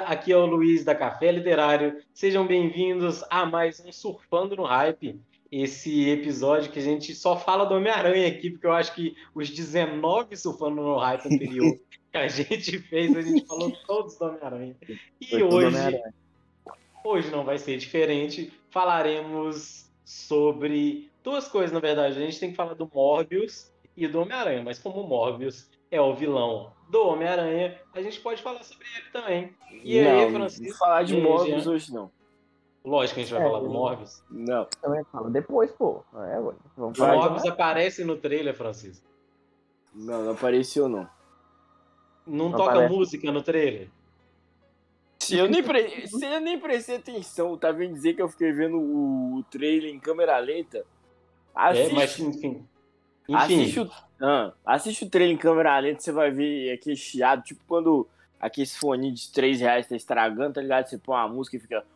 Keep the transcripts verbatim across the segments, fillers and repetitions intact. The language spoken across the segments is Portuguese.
aqui é o Luiz da Café Literário. Sejam bem-vindos a mais um Surfando no Hype. Esse episódio que a gente só fala do Homem-Aranha aqui, porque eu acho que os dezenove Surfando no Hype anterior que a gente fez, a gente falou todos do Homem-Aranha. Foi E tudo hoje, Homem-Aranha. hoje não vai ser diferente. Falaremos sobre duas coisas, na verdade. A gente tem que falar do Morbius e do Homem-Aranha, mas como o Morbius é o vilão do Homem-Aranha, a gente pode falar sobre ele também. E aí, Não, não vou Francisco? falar E de aí, Morbius Jean? hoje, não. Lógico que a gente vai É, falar do eu Morbius. Não. também falo depois, pô. É, ué. Vamos O falar de Morbius Homem-Aranha. aparece no trailer, Francisco. Não, não apareceu, não. Não Não toca aparece. música no trailer? Se eu nem, pre... Se eu nem prestei atenção, tá vendo dizer que eu fiquei vendo o trailer em câmera lenta? É, mas Assiste, enfim. assiste, Enfim. o... Ah, assiste o trailer em câmera lenta, você vai ver aquele chiado, tipo quando aquele fone de três reais tá estragando, tá ligado? Você põe uma música e fica...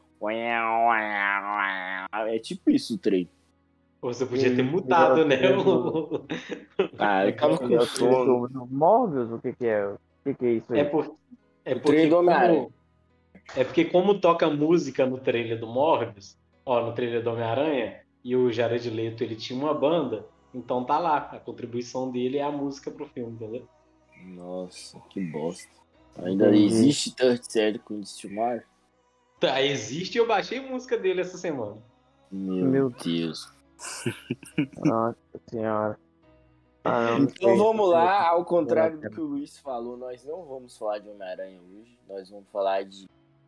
É tipo isso o trailer. Você podia ter Ele é o mutado, né? trailer do, O... Ah, eu tava ele com é o trailer sono. do, do Morbius? O que que é? O que que é isso É, aí? por... é O trailer porque do Homem-Aranha. como É porque como toca música no trailer do Morbius, ó, no trailer do Homem-Aranha, e o Jared Leto ele tinha uma banda, então tá lá, a contribuição dele é a música pro filme, entendeu? Nossa, que bosta. Ainda Entendi. existe Third Seconds to Mars? Tá, existe e eu baixei a música dele essa semana. Meu, Meu Deus. Nossa senhora. Ah, não, não Então sei. vamos Não lá, ao sei. contrário do que o Luiz falou, nós não vamos falar de Homem-Aranha hoje. Nós vamos falar de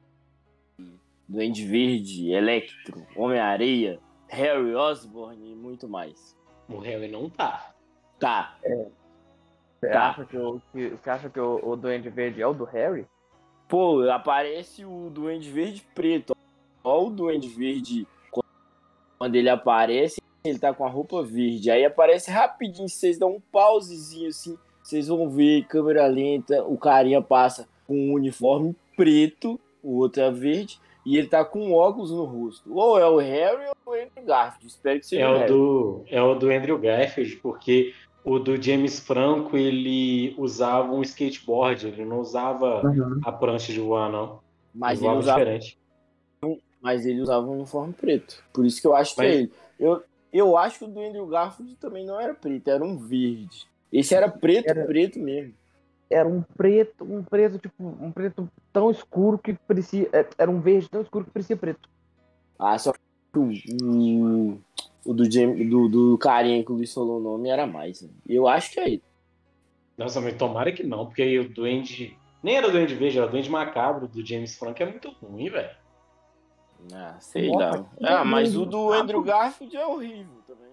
Duende Verde, Electro, Homem-Areia, Harry Osborn e muito mais. O Harry não tá. Tá, Você tá. acha que, o, que, você acha que o, o Duende Verde é o do Harry? Pô, aparece o Duende Verde preto. Ó o Duende Verde, quando ele aparece, ele tá com a roupa verde. Aí aparece rapidinho, vocês dão um pausezinho assim, vocês vão ver, câmera lenta, o carinha passa com um uniforme preto, o outro é verde, e ele tá com óculos no rosto. Ou é o Harry ou o Andrew Garfield. Espero que seja É o o Harry. do, é o do Andrew Garfield, porque o do James Franco ele usava um skateboard, ele não usava Uhum. a prancha de voar, não. Ele Mas ele voava usava, diferente. mas ele usava um uniforme preto. Por isso que eu acho que é Mas ele. Eu, eu acho que o do Andrew Garfield também não era preto, era um verde. Esse era preto, Era, preto mesmo. era um preto, um preto, tipo, um preto tão escuro que parecia. é, Era um verde tão escuro que parecia preto. Ah, só que o, o, o do, James, do, do carinha que o Luiz falou o nome era mais. Né? Eu acho que é ele. Nossa, mas tomara que não, porque aí o Duende. Nem era o Duende Verde, era o Duende Macabro do James Franco, é muito ruim, velho. Ah, sei Nossa, lá. que Ah, é mas Duende o do Andrew Macabro. Garfield é horrível também.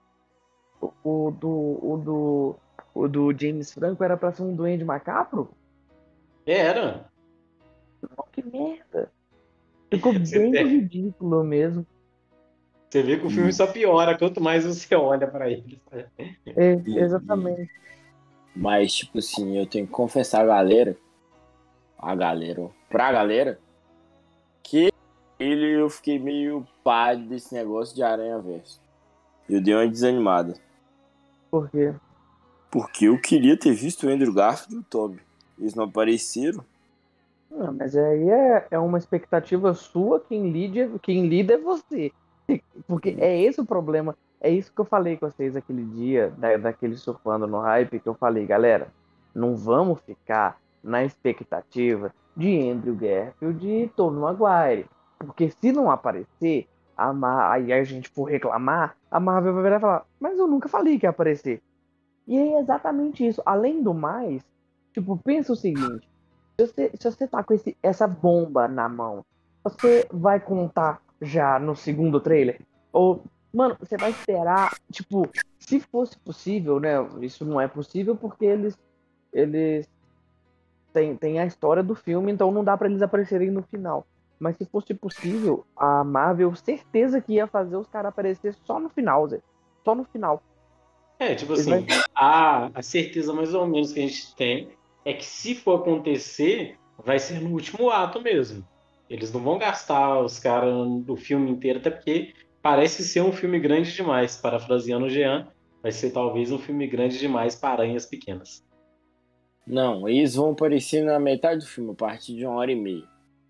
O do, o do, o do James Franco era pra ser um Duende Macabro? Era. Não, que merda. Ficou Você, bem tem- ridículo mesmo. você vê que o filme E, só piora quanto mais você olha pra ele. É, e, e- exatamente. mas, tipo assim, eu tenho que confessar a galera, a galera, ó, pra galera, que ele eu fiquei meio pálido desse negócio de Aranha Verso. Eu dei uma desanimada. Por quê? Porque eu queria ter visto o Andrew Garfield e o Tobey. Eles não apareceram. Não, mas aí é, é uma expectativa sua, quem lida, quem lida é você. Porque é esse o problema. É isso que eu falei com vocês aquele dia, da, daquele surfando no hype, que eu falei, galera, não vamos ficar na expectativa de Andrew Garfield e Tobey Maguire. Porque se não aparecer, a Mar... aí a gente for reclamar, a Marvel vai virar e falar, mas eu nunca falei que ia aparecer. E é exatamente isso. Além do mais, tipo, pensa o seguinte, se você, se você tá com esse, essa bomba na mão, você vai contar já no segundo trailer? Ou, mano, você vai esperar, tipo, se fosse possível, né? Isso não é possível porque eles, eles têm, têm a história do filme, então não dá pra eles aparecerem no final. Mas se fosse possível, a Marvel certeza que ia fazer os caras aparecer só no final, Zé. Só no final. É, tipo Eles vai... assim, a, a certeza mais ou menos que a gente tem é que se for acontecer, vai ser no último ato mesmo. Eles não vão gastar os caras do filme inteiro, até porque parece ser um filme grande demais. Parafraseando o Jean, vai ser talvez um filme grande demais para aranhas pequenas. Não, eles vão aparecer na metade do filme, a partir de uma hora e meia.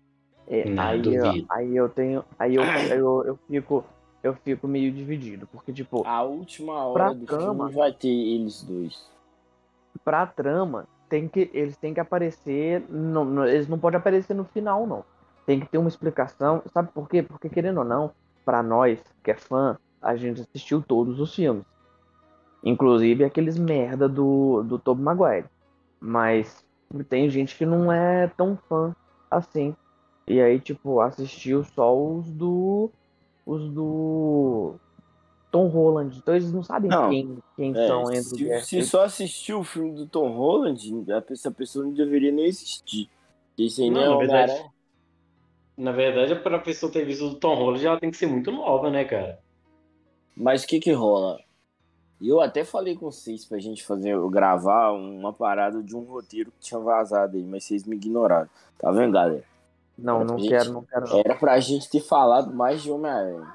É, Não, aí, eu- duvido. aí eu tenho. Aí eu, eu, eu fico. Eu fico meio dividido. Porque, tipo, A última pra hora do filme trama, vai ter eles dois. pra trama, tem que, eles têm que aparecer. Não, não- eles não podem aparecer no final, não. Tem que ter uma explicação. Sabe por quê? Porque, querendo ou não, pra nós, que é fã, a gente assistiu todos os filmes. Inclusive aqueles merda do, do Tobey Maguire. Mas tem gente que não é tão fã assim. E aí, tipo, assistiu só os do. Os do Tom Holland. Então eles não sabem Não, quem, quem é, são Andrew se, se Garfield. só assistiu o filme do Tom Holland, essa pessoa não deveria nem existir. Isso aí nem Não, é na verdade, Homem-Aranha. na verdade, para a pessoa ter visto o Tom Holland, ela tem que ser muito nova, né, cara? Mas o que que rola? Eu até falei com vocês pra gente fazer, gravar uma parada de um roteiro que tinha vazado aí, mas vocês me ignoraram. Tá vendo, galera? Não, Era pra não quero, gente, não quero não. era pra gente ter falado mais de Homem-Aranha.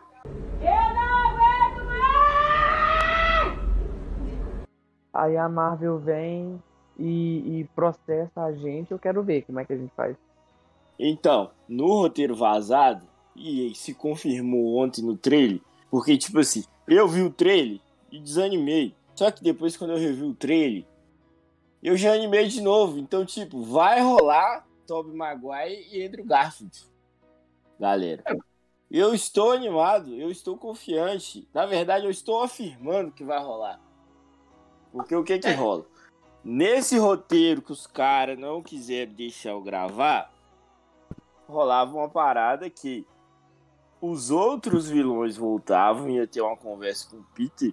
Aí a Marvel vem e, e processa a gente. Eu quero ver como é que a gente faz. Então, no roteiro vazado, e se confirmou ontem no trailer, porque, tipo assim, eu vi o trailer e desanimei. Só que depois, quando eu revi o trailer, eu já animei de novo. Então, tipo, vai rolar Tobey Maguire e Andrew Garfield, galera. Eu estou animado, eu estou confiante. Na verdade, eu estou afirmando que vai rolar. Porque o que que rola? Nesse roteiro que os caras não quiseram deixar eu gravar, rolava uma parada que os outros vilões voltavam, ia ter uma conversa com o Peter,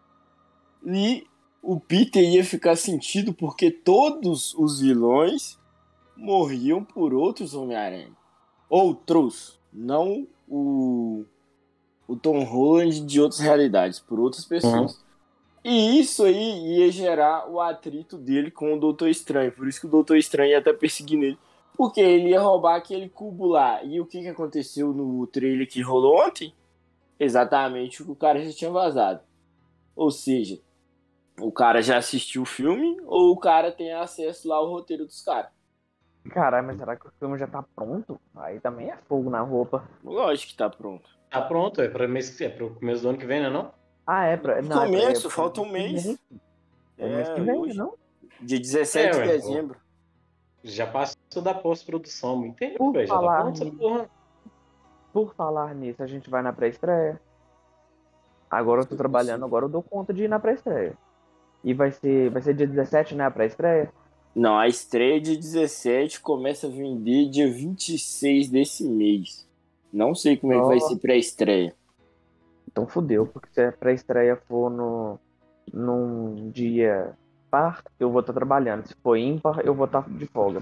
e o Peter ia ficar sentido porque todos os vilões morriam por outros Homem-Aranha. Outros, não o, o Tom Holland de outras realidades, por outras pessoas. E isso aí ia gerar o atrito dele com o Doutor Estranho. Por isso que o Doutor Estranho ia estar perseguindo ele. Porque ele ia roubar aquele cubo lá. E o que, que aconteceu no trailer que rolou ontem? Exatamente o que o cara já tinha vazado. Ou seja, o cara já assistiu o filme ou o cara tem acesso lá ao roteiro dos caras. Caralho, mas será que o filme já tá pronto? Aí também é fogo na roupa. Lógico que tá pronto. Tá pronto, é para mês, é pro começo do ano que vem, né, não? Ah, é pra. No Não, é pra. É começo, pro falta mês um que vem. mês. É mês que É, vem, né, hoje, não? dia É, dezessete de ué, pô, dezembro. já passou da pós-produção, muito tempo, Por velho, já tá falar pronto essa nisso, porra. por falar nisso, a gente vai na pré-estreia. Agora eu tô trabalhando, agora eu dou conta de ir na pré-estreia. E vai ser, vai ser dia dezessete, né, a pré-estreia? Não, a estreia de dezessete começa a vender dia vinte e seis desse mês. Não sei como é que vai ser Ó, pré-estreia. então fudeu, porque se a pré-estreia for no, num dia par, eu vou estar trabalhando. Se for ímpar, eu vou estar de folga.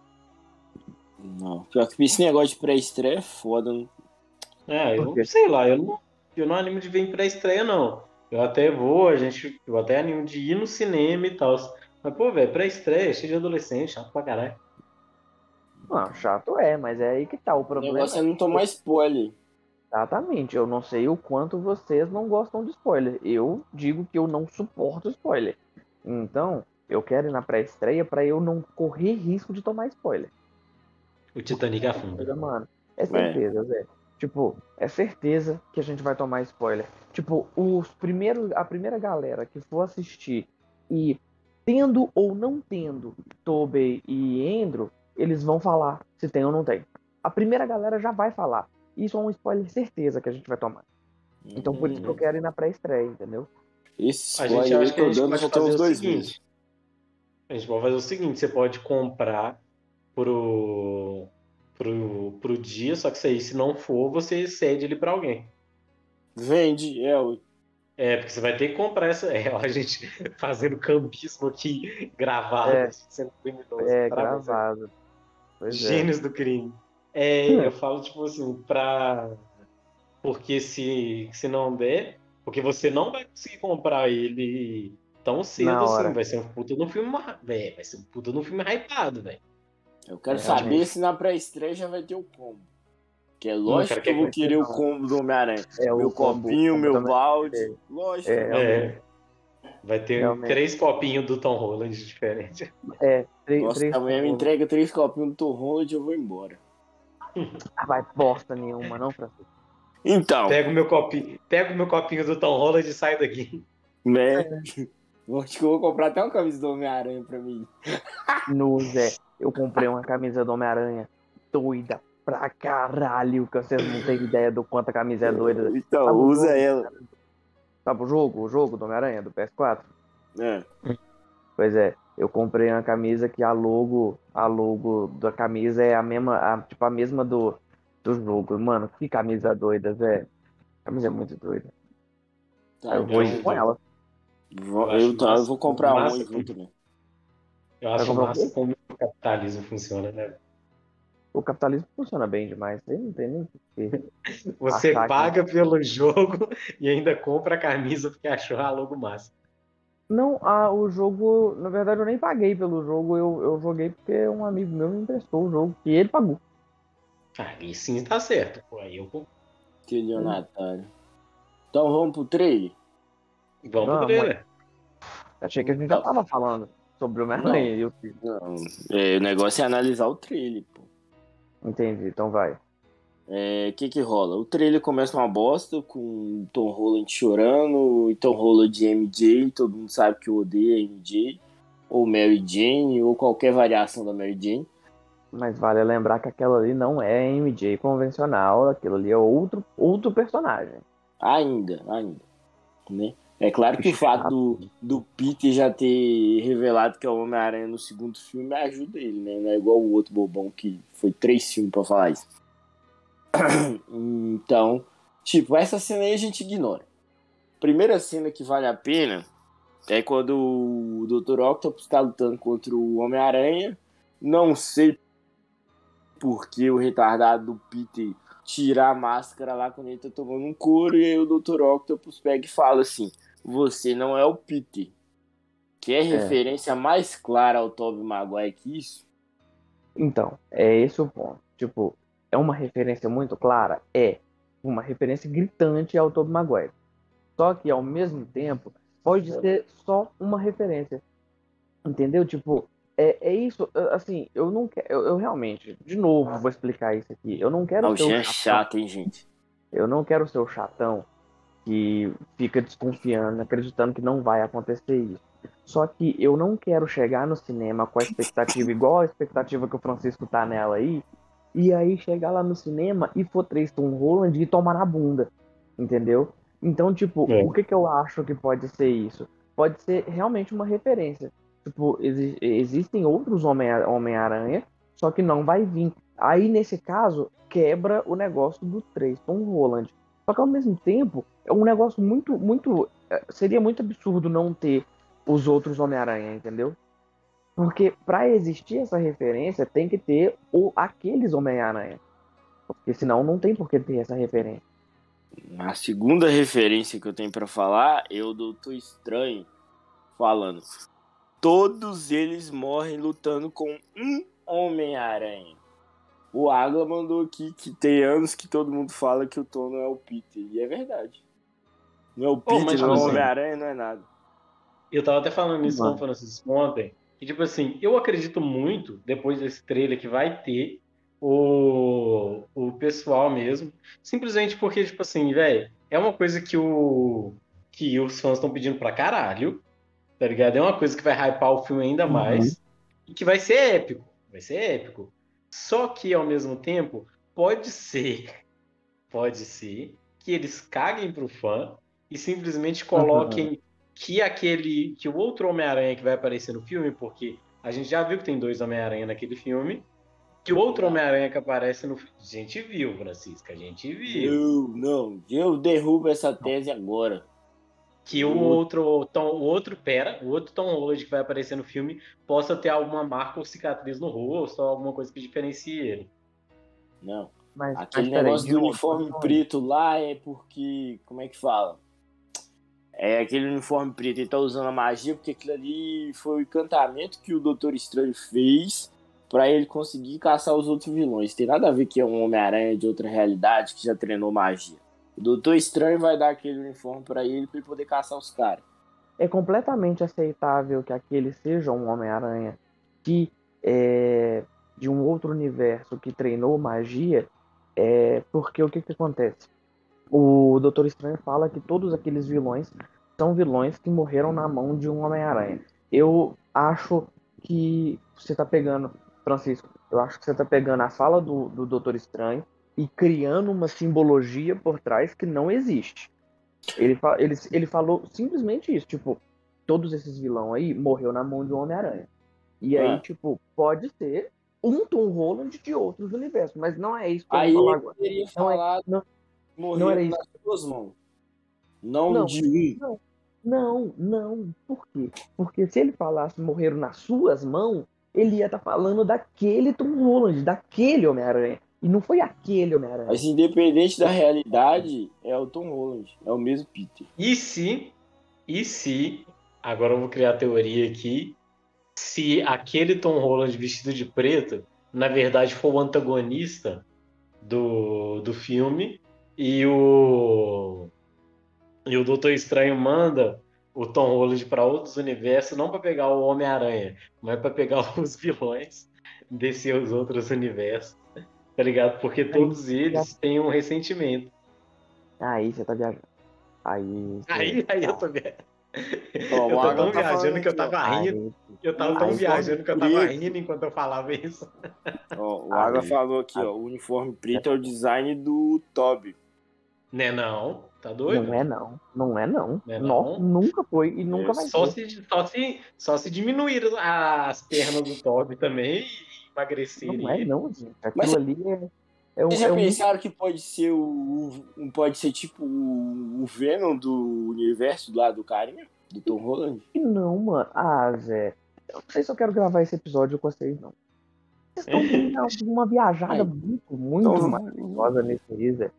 Não, pior que esse negócio de pré-estreia é foda. Não? É, Por eu quê? sei lá, eu não, eu não animo de vir pra estreia, não. Eu até vou, a gente, eu até animo de ir no cinema e tal. Mas, pô, velho, pré-estreia, cheio de adolescente, chato pra caralho. Não, chato é, mas é aí que tá. O O problema negócio é é que, não tomar tipo, spoiler. exatamente, eu não sei o quanto vocês não gostam de spoiler. Eu digo que eu não suporto spoiler. Então, eu quero ir na pré-estreia pra eu não correr risco de tomar spoiler. O Porque, Titanic afunda. mano, é É. certeza, Zé. Tipo, é certeza que a gente vai tomar spoiler. Tipo, os primeiros, a primeira galera que for assistir e tendo ou não tendo Tobey e Andrew, eles vão falar se tem ou não tem. A primeira galera já vai falar. Isso é um spoiler certeza que a gente vai tomar. Então por isso que eu Hum, quero ir na pré-estreia, entendeu? esse A gente spoiler aí acha que que a eu gente dando pode já tem fazer uns o dois meses. seguinte. A gente pode fazer o seguinte, você pode comprar pro, pro, pro dia, só que isso aí, se não for, você cede ele pra alguém. Vende, é. o- É, porque você vai ter que comprar essa. É, ó, a gente fazendo cambismo aqui, gravado, É, sendo criminoso. é Parabéns, aí. gravado. Pois é. Gênios do crime. É, eu falo, tipo assim, pra. Porque se, se não der, porque você não vai conseguir comprar ele tão cedo Na assim. hora. Vai ser um puta no filme. Véio, vai ser um puta no filme hypado, velho. Eu É quero saber realmente. se na pré-estreia já vai ter o combo. Que é Não, lógico cara, que eu quer vou Vai ter querer o não. combo do Homem-Aranha. É Meu o combo, o copinho, combo meu também vai balde. ter. Lógico que É, eu vou querer. realmente. É, vai ter Realmente. três copinhos do Tom Holland diferente. É, três, Nossa, se três amanhã me combos. entrega três copinhos do Tom Holland, eu vou embora. Ah, vai bosta nenhuma, não, Francisco. Então, Pega o meu copinho, pega o meu copinho do Tom Holland e sai daqui. né? Acho que eu vou comprar até uma camisa do Homem-Aranha pra mim. No Zé, eu comprei uma camisa do Homem-Aranha doida pra caralho, que vocês não têm ideia do quanto a camisa é doida. Então, Sabe o usa jogo? ela. Sabe o jogo? O jogo do Homem-Aranha, do P S quatro? É. Pois é, eu comprei uma camisa que a logo, a logo da camisa é a mesma, a, tipo a mesma do, do jogo. Mano, que camisa doida, velho. Camisa é muito doida. Aí Tá, eu vou então. ir com ela. Vou, Eu eu, acho tá, eu massa, vou comprar uma e massa, vou também. eu Vai acho comprar o massa quê? como o capitalismo funciona, né? O capitalismo funciona bem demais. Aí não tem nem o que Você achar que. paga pelo jogo e ainda compra a camisa porque achou a logo massa. Não, ah, o jogo, na verdade eu nem paguei pelo jogo, eu, eu joguei porque um amigo meu me emprestou o jogo e ele pagou. Aí sim tá certo. Pô, aí eu vou- Que Natália. Então vamos pro trailer? Vamos pro Vamos, trailer. achei que a gente já Então, tava falando sobre o Homem-Aranha não, e o filme. não. É, o negócio é analisar o trailer, pô. Entendi, então vai. É, o que que rola? O trailer começa uma bosta com o Tom Holland chorando, e Tom Holland de M J, todo mundo sabe que eu odeio M J, ou Mary Jane, ou qualquer variação da Mary Jane. Mas vale lembrar que aquela ali não é M J convencional, aquilo ali é outro, outro personagem. Ainda, ainda, né? É claro que o Bicho fato chato. do, do Peter já ter revelado que é o Homem-Aranha no segundo filme ajuda ele, né? Não é igual o outro bobão que foi três filmes pra falar isso. Então, tipo, essa cena aí a gente ignora. Primeira cena que vale a pena é quando o doutor Octopus tá lutando contra o Homem-Aranha. Não sei por que o retardado do Peter tirar a máscara lá quando ele tá tomando um couro, e aí o doutor Octopus pega e fala assim: você não é o Peter. Quer É. referência mais clara ao Tobey Maguire que isso? Então, é esse o ponto. Tipo, é uma referência muito clara? É. Uma referência gritante ao Tobey Maguire. Só que, ao mesmo tempo, pode ser só uma referência. Entendeu? Tipo, é, é isso. eu- Assim, eu não quero. Eu, eu realmente, de novo, vou explicar isso aqui. Eu não quero Ah, o ser o Jean é chatão. chato, hein, gente? Eu não quero ser o chatão que fica desconfiando, acreditando que não vai acontecer isso. Só que eu não quero chegar no cinema com a expectativa igual a expectativa que o Francisco tá nela aí, e aí chegar lá no cinema e for três Tom Holland e tomar na bunda, entendeu? Então, tipo, o É. que que eu acho que pode ser isso? Pode ser realmente uma referência. Tipo, exi- existem outros Homem- Homem-Aranha, só que não vai vir. Aí, nesse caso, quebra o negócio do três Tom Holland. Só que ao mesmo tempo, é um negócio muito, muito. eh, Seria muito absurdo não ter os outros Homem-Aranha, entendeu? Porque para existir essa referência, tem que ter o, aqueles Homem-Aranha. Porque senão não tem por que ter essa referência. A segunda referência que eu tenho pra falar é o Doutor Estranho falando: todos eles morrem lutando com um Homem-Aranha. O Água mandou aqui que tem anos que todo mundo fala que o Tom não é o Peter. E é verdade. Não é o Pô, Peter, mas, não tipo é o Não, assim, Homem-Aranha, não é nada. eu tava até falando isso com o mano. Francisco ontem, que, tipo assim, eu acredito muito, depois desse trailer, que vai ter o, o pessoal mesmo, simplesmente porque, tipo assim, velho, é uma coisa que, o, que os fãs estão pedindo pra caralho, tá ligado? É uma coisa que vai hypar o filme ainda Uhum. mais, e que vai ser épico, vai ser épico. Só que, ao mesmo tempo, pode ser, pode ser, que eles caguem pro fã e simplesmente Uhum. coloquem que aquele, que o outro Homem-Aranha que vai aparecer no filme, porque a gente já viu que tem dois Homem-Aranha naquele filme, que o outro Não, Homem-Aranha que aparece no filme, a gente viu, Francisca, a gente viu. não, não. Eu derrubo essa tese agora. Que o O outro Tom, o outro pera, o outro Tom Holland que vai aparecer no filme possa ter alguma marca ou cicatriz no rosto, ou alguma coisa que diferencie ele. Não. Mas, mas Aquele peraí, negócio de do onde? uniforme De onde? preto lá é porque. Como é que fala? É aquele uniforme preto, ele tá usando a magia porque aquilo ali foi o encantamento que o Doutor Estranho fez pra ele conseguir caçar os outros vilões. Tem nada a ver que é um Homem-Aranha de outra realidade que já treinou magia. O Doutor Estranho vai dar aquele uniforme pra ele pra ele poder caçar os caras. É completamente aceitável que aquele seja um Homem-Aranha que é, de um outro universo que treinou magia, é porque o que que acontece? O Doutor Estranho fala que todos aqueles vilões são vilões que morreram na mão de um Homem-Aranha. Eu acho que você tá pegando, Francisco, eu acho que você tá pegando a fala do, do Doutor Estranho e criando uma simbologia por trás que não existe. Ele, fa- ele, ele falou simplesmente isso, tipo, todos esses vilões aí morreu na mão de um Homem-Aranha. E aí, É. tipo, pode ser um Tom Holland de outros universos, mas não é isso que eu vou Aí falar ele agora. teria Não é, falado não, não era morreram isso. nas suas mãos, não Não, de um. não, não, não. Por quê? Porque se ele falasse morreram nas suas mãos, ele ia estar falando daquele Tom Holland, daquele Homem-Aranha. E não foi aquele Homem-Aranha. Mas independente da realidade, é o Tom Holland, é o mesmo Peter. E se, e se, agora eu vou criar a teoria aqui, se aquele Tom Holland vestido de preto, na verdade, for o antagonista do, do filme e o, e o Doutor Estranho manda o Tom Holland para outros universos, não para pegar o Homem-Aranha, mas para pegar os vilões desses outros universos, tá ligado? Porque Aí, todos já- eles têm um ressentimento. aí você tá viajando. Aí você Aí, aí eu tá. tô, via- Ó, eu o tô Agatha tão tá falando viajando que eu aqui, ó. tava rindo. Aí, Eu O tava tão aí, uniforme viajando que eu tava preto. rindo enquanto eu falava isso. Ó, o Aga aí, falou aqui, aí. ó. O uniforme preto é o design do Toby. Né não? Tá Não doido? é não. Não é não. Né Nó, não? nunca foi e É, nunca vai Só ser. se, só se, só se diminuir as pernas do Toby também e Não emagrecerem é ele. não, gente. Mas Aquilo ali é, é vocês um, já é um. pensaram que pode ser o, o- pode ser tipo o, o Venom do universo lá do carinha? Do Tom Holland? Não, mano. Ah, Zé. Eu não sei se eu quero gravar esse episódio com vocês, não. Vocês estão tendo uma uma viajada Aí, muito, muito então, maravilhosa nesse aí, Zé.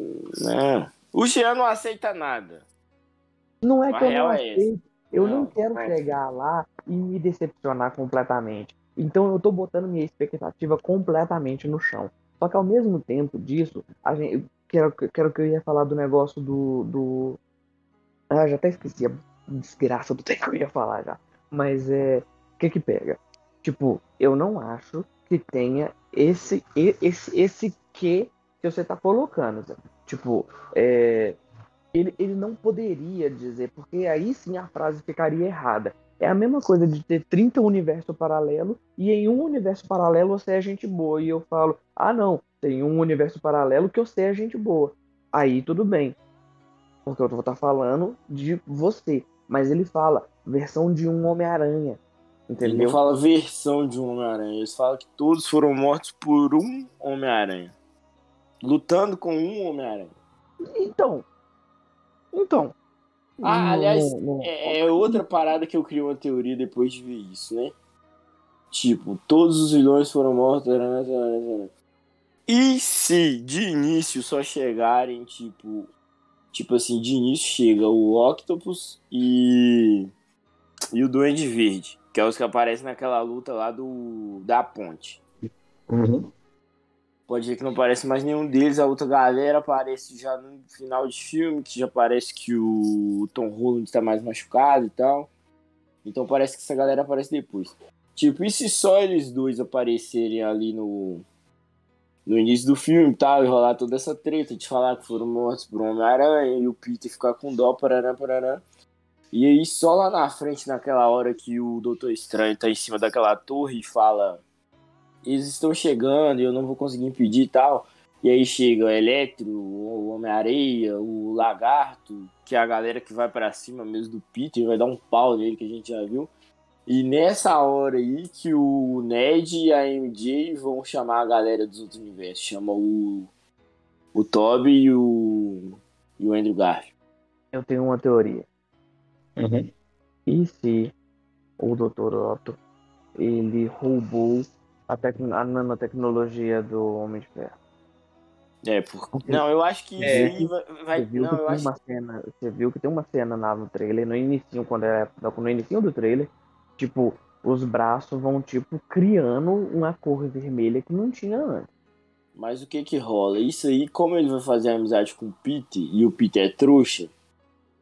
né? O Jean não aceita nada. Não é A que eu não real é essa. aceito. Eu não Não, quero pronto. chegar lá e me decepcionar completamente. Então eu tô botando minha expectativa completamente no chão. Só que ao mesmo tempo disso, a gente, eu quero, quero que eu ia falar do negócio do, do. Ah, já até esqueci a desgraça do tempo que eu ia falar já. Mas é. O que que pega? Tipo, eu não acho que tenha esse, e- esse, esse que que você tá colocando, Zé. Tipo, é, ele, ele não poderia dizer, porque aí sim a frase ficaria errada. É a mesma coisa de ter trinta universos paralelos e em um universo paralelo você é gente boa. E eu falo, ah não, tem um universo paralelo que você é gente boa. Aí tudo bem, porque eu vou estar falando de você. Mas ele fala, versão de um Homem-Aranha, Ele não entendeu? fala versão de um Homem-Aranha. Eles falam que todos foram mortos por um Homem-Aranha. Lutando com um Homem-Aranha. Então, então, Ah, não, aliás, não, não. é, é outra parada que eu criei uma teoria depois de ver isso, né? Tipo, todos os vilões foram mortos. E se de início só chegarem, tipo. Tipo assim, de início chega o Octopus e. E o Duende Verde. Que é os que aparecem naquela luta lá do. Da ponte. Uhum. Pode ver que não aparece mais nenhum deles. A outra galera aparece já no final de filme, que já parece que o Tom Holland está mais machucado e tal. Então parece que essa galera aparece depois. Tipo, e se só eles dois aparecerem ali no, no início do filme e tal, e rolar toda essa treta de falar que foram mortos por um Homem-Aranha e o Peter ficar com dó, parará, parará. E aí só lá na frente, naquela hora que o Doutor Estranho tá em cima daquela torre e fala: eles estão chegando e eu não vou conseguir impedir e tal. E aí chega o Electro, o Homem-Areia, o Lagarto, que é a galera que vai pra cima mesmo do Peter, vai dar um pau nele que a gente já viu. E nessa hora aí que o Ned e a M J vão chamar a galera dos outros universos. Chama o, o Toby e o, e o Andrew Garfield. Eu tenho uma teoria. Uhum. E se o doutor Otto ele roubou a, tec- a nanotecnologia do Homem de Ferro? É, por... Porque Não, eu acho que você isso viu É, aí que, vai... você vai- viu que Não, eu tem acho uma que... cena, você viu que tem uma cena lá no trailer, no início, quando é no início do trailer, tipo, os braços vão tipo criando uma cor vermelha que não tinha antes. Mas o que que rola? Isso aí, como ele vai fazer amizade com o Peter e o Peter é trouxa,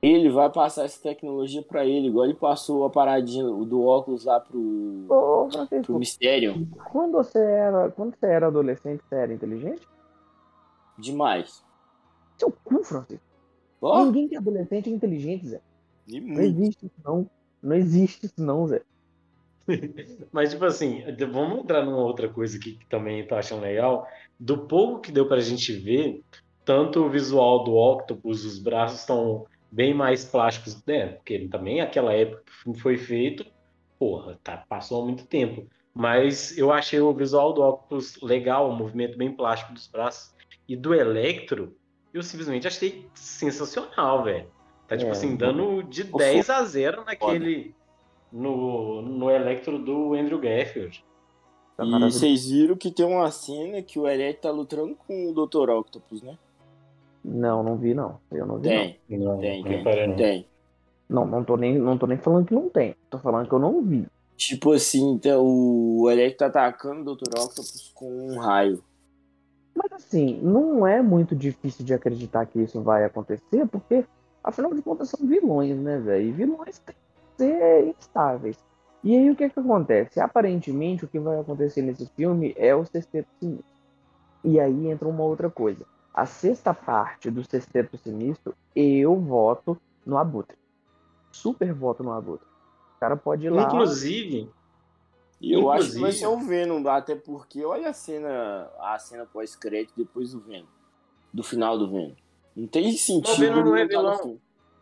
ele vai passar essa tecnologia pra ele, igual ele passou a paradinha do óculos lá pro, Ô, pro Francisco, Mistério. quando você era, quando você era adolescente, você era inteligente? Demais. Seu cu, Francisco. Ó, Ninguém que é adolescente é inteligente, Zé. e Não muito. existe isso, não. Não existe isso, não, Zé. Mas, tipo assim, de- vamos entrar numa outra coisa aqui que também tô achando legal. Do pouco que deu pra gente ver, tanto o visual do Octopus, os braços estão bem mais plásticos, né? Porque também aquela época que o filme foi feito, porra, tá, passou muito tempo. Mas eu achei o visual do Octopus legal, o movimento bem plástico dos braços. E do Electro, eu simplesmente achei sensacional, velho. Tá, tipo É, assim, não, dando de Ficou dez a zero foda. naquele no, no Electro do Andrew Garfield. tá E maravilhoso. vocês viram que tem uma cena que o Electro tá lutando com o doutor Octopus, né? Não, não vi, não. Eu não vi, não. Tem, Não, tem, não tem, parei não. tem. Não, não tô nem, não tô nem falando que não tem. Tô falando que eu não vi. Tipo assim, então, o Electro tá atacando o doutor Octopus com um raio. Mas assim, não é muito difícil de acreditar que isso vai acontecer, porque, afinal de contas, são vilões, né, velho? E vilões têm que ser instáveis. E aí o que que acontece? Aparentemente, o que vai acontecer nesse filme é o Sexteto Sinistro. E aí entra uma outra coisa. A sexta parte do Sexteto Sinistro, eu voto no Abutre. Super voto no Abutre. O cara pode ir lá. Inclusive, E eu acho que vai ser inclusive, o Venom, até porque olha a cena, a cena pós-crédito depois do Venom, do final do Venom. Não tem o sentido Venom ele não é não estar no vilão. filme.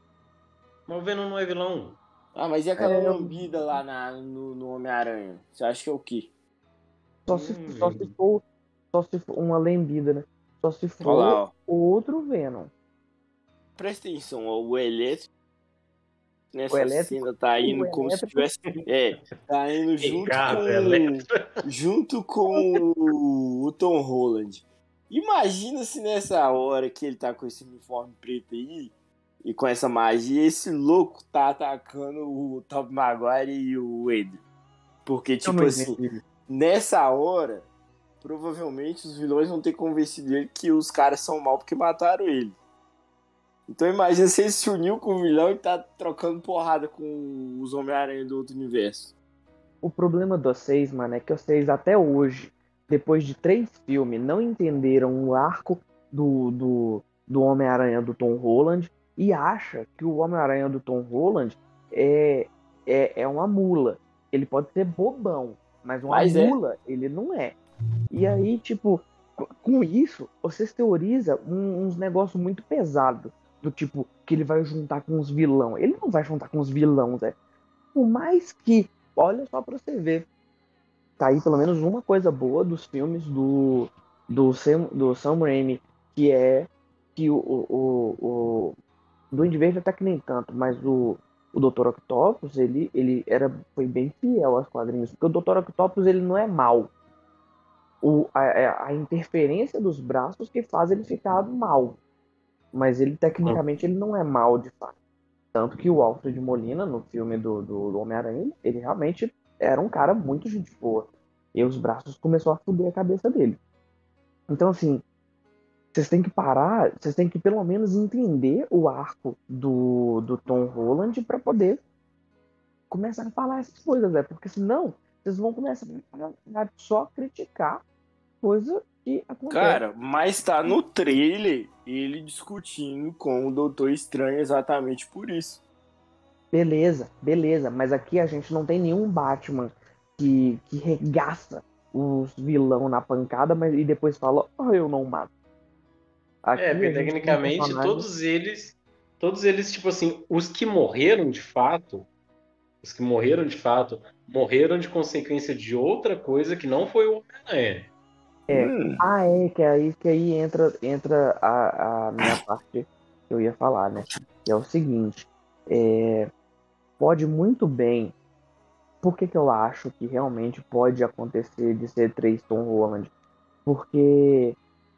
O Venom não é vilão. Ah, mas e aquela É, lambida lá na, no, no Homem-Aranha? Você acha que é o quê? só se, Hum, só se for, só se for uma lembida, né? Só se Olha for lá, ó. outro Venom. Presta atenção, ó. O Elétrico O nessa elétrico, cena tá o indo como se elétrico, tivesse. É, tá indo junto Ricardo com. Electro. Junto com o, o Tom Holland. Imagina se nessa hora que ele tá com esse uniforme preto aí e com essa magia, esse louco tá atacando o Tobey Maguire e o Adrian. Porque, eu não tipo assim, entendi. nessa hora, provavelmente os vilões vão ter convencido ele que os caras são mal porque mataram ele. Então imagina se ele se uniu com o vilão e tá trocando porrada com os Homem-Aranha do outro universo. O problema dos seis, mano, é que vocês até hoje, depois de três filmes, não entenderam o arco do, do, do Homem-Aranha do Tom Holland e acha que o Homem-Aranha do Tom Holland é, é, é uma mula. Ele pode ser bobão, mas uma Mas é. mula ele não é. E aí, tipo, co- com isso, vocês teorizam um- uns negócios muito pesados. Do tipo, que ele vai juntar com os vilão. Ele não vai juntar com os vilões, é. Por mais que, olha só pra você ver, tá aí pelo menos uma coisa boa dos filmes do, do, Sam, do Sam Raimi, que é que o, o, o, o Duende Verde até que nem tanto, mas o, o doutor Octopus, ele, ele era, foi bem fiel aos quadrinhos, porque o doutor Octopus, ele não é mau. O, a, a a interferência dos braços que faz ele ficar mal, mas ele tecnicamente ele não é mal de fato. Tanto que o Alfred Molina, no filme do, do, do Homem-Aranha, ele realmente era um cara muito gente boa. E os braços começou a foder a cabeça dele. Então, assim, vocês têm que parar, vocês têm que pelo menos entender o arco do, do Tom Holland para poder começar a falar essas coisas, né? Porque senão vocês vão começar a só criticar coisa que acontece. Cara, mas tá no trailer ele discutindo com o Doutor Estranho exatamente por isso. Beleza, beleza, mas aqui a gente não tem nenhum Batman que, que regaça os vilão na pancada, mas e depois fala, oh, eu não mato. É, Aqui porque a gente tem um tecnicamente personagem. todos eles, todos eles, tipo assim, os que morreram de fato, os que morreram de fato, morreram de consequência de outra coisa que não foi o Homem-Aranha. É, Hum, ah, é, que é aí que aí entra, entra a, a minha parte que eu ia falar, né? Que é o seguinte, é, pode muito bem. Por que que eu acho que realmente pode acontecer de ser três Tom Holland? Porque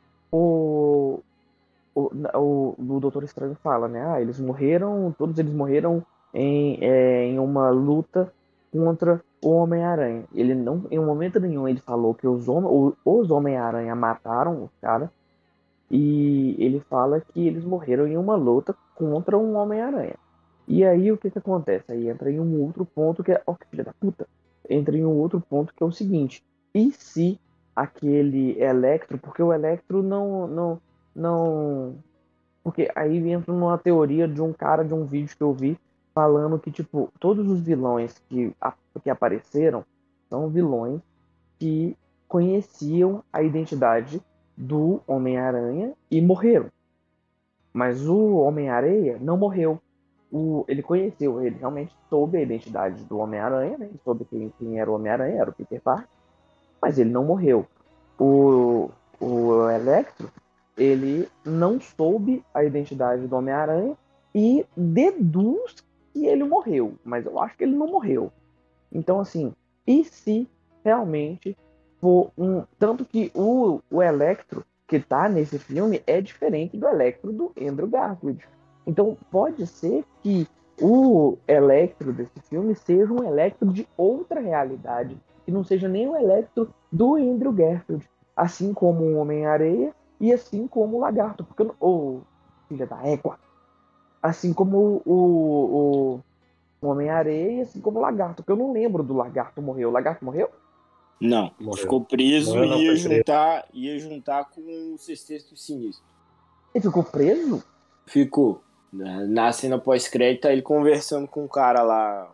o, o, o, o Doutor Estranho fala, né? Ah, eles morreram, todos eles morreram em, é, em uma luta contra o Homem-Aranha. Ele não, em um momento nenhum, ele falou que os, hom os Homem-Aranha mataram os caras. E ele fala que eles morreram em uma luta contra um Homem-Aranha. E aí o que que acontece? Aí entra em um outro ponto que é. Ó, que filha da puta! Entra em um outro ponto que é o seguinte: e se aquele Electro, porque o Electro não. não, não porque aí entra numa teoria de um cara de um vídeo que eu vi falando que, tipo, todos os vilões que, a- que apareceram são vilões que conheciam a identidade do Homem-Aranha e morreram. Mas o Homem-Areia não morreu. O, ele conheceu, ele realmente soube a identidade do Homem-Aranha, né? Ele soube quem, quem era o Homem-Aranha, era o Peter Parker, mas ele não morreu. O, o Electro, ele não soube a identidade do Homem-Aranha e deduz que ele morreu, mas eu acho que ele não morreu. Então, assim, e se realmente for um. Tanto que o, o Electro que tá nesse filme é diferente do Electro do Andrew Garfield. Então, pode ser que o Electro desse filme seja um Electro de outra realidade, que não seja nem o Electro do Andrew Garfield, assim como o Homem-Areia e assim como o Lagarto, porque o filha da égua, assim como o, o, o Homem-Areia, assim como o Lagarto, que eu não lembro do Lagarto morrer. O Lagarto morreu? Não, Morreu. ficou preso Morreu, e não, ia foi preso. juntar, ia juntar com o Sexteto Sinistro. Ele ficou preso? Ficou. Na na cena pós-crédito, ele conversando com o cara lá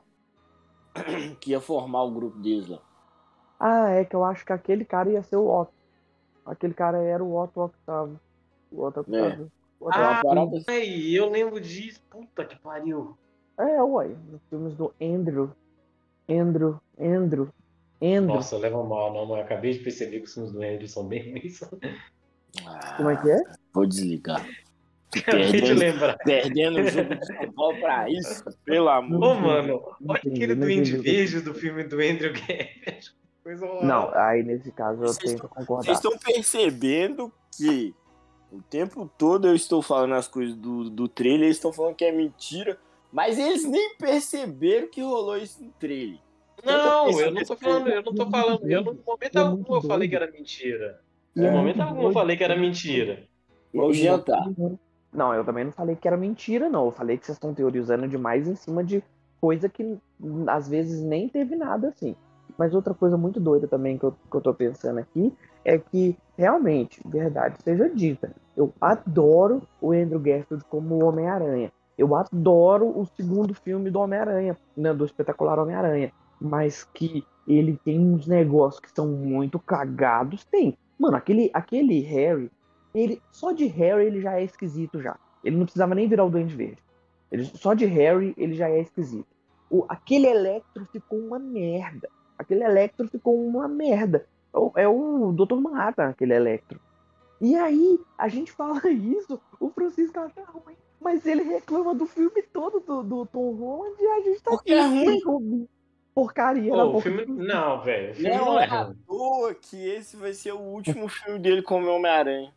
que ia formar o grupo deles lá. Ah, é que eu acho que aquele cara ia ser o Otto. Aquele cara era o Otto Octavio. O Otto É, Octavio. O Otto foi uma Ah, parada Octavio. assim. ai, eu lembro disso. Puta que pariu. É, uai. Nos filmes do Andrew. Andrew. Andrew. Andrew. Nossa, leva mal, não, mas eu acabei de perceber que os filmes do Henry são bem ruins. Como é Ah, que é? vou desligar. Tô Acabei de perdendo, lembrar. perdendo o jogo de São Paulo pra isso, pelo amor Não Ô, de Deus. entendi. mano, Não olha entendi. aquele Não Duende entendi o que você Verde do disse. filme do Andrew Garfield. Coisa Não, horrorosa. aí nesse caso eu Vocês tenho que estão vocês concordar. estão percebendo que o tempo todo eu estou falando as coisas do, do trailer, eles estão falando que é mentira, mas eles nem perceberam que rolou isso no trailer. Tenta Não, eu não tô perceber. falando, eu não E é tô muito falando, eu não, doido. em momento E é algum muito eu falei que doido. era mentira. E Em é momento muito algum eu doido. falei que É era muito doido. mentira. E, Vou e eu jantar. também- não, eu também não falei que era mentira, não. Eu falei que vocês estão teorizando demais em cima de coisa que hum, às vezes nem teve nada assim. Mas outra coisa muito doida também que eu, que eu tô pensando aqui é que, realmente, verdade seja dita, eu adoro o Andrew Garfield como Homem-Aranha. Eu adoro o segundo filme do Homem-Aranha, né, do Espetacular Homem-Aranha. Mas que ele tem uns negócios que são muito cagados, tem. Mano, aquele, aquele Harry ele só de Harry ele já é esquisito já. Ele não precisava nem virar o Duende Verde. Ele, só de Harry ele já é esquisito. O, aquele Electro ficou uma merda. Aquele Electro ficou uma merda. É o, é o doutor Manhattan, aquele Electro. E aí, a gente fala isso, o Francisco acha ruim, mas ele reclama do filme todo do, do Tom Holland e a gente tá Porque é aqui ruim. ouvindo porcaria na Pô, o boca filme. do Não, velho, o filme Não não é é à ruim. toa que esse vai ser o último filme dele como Homem-Aranha.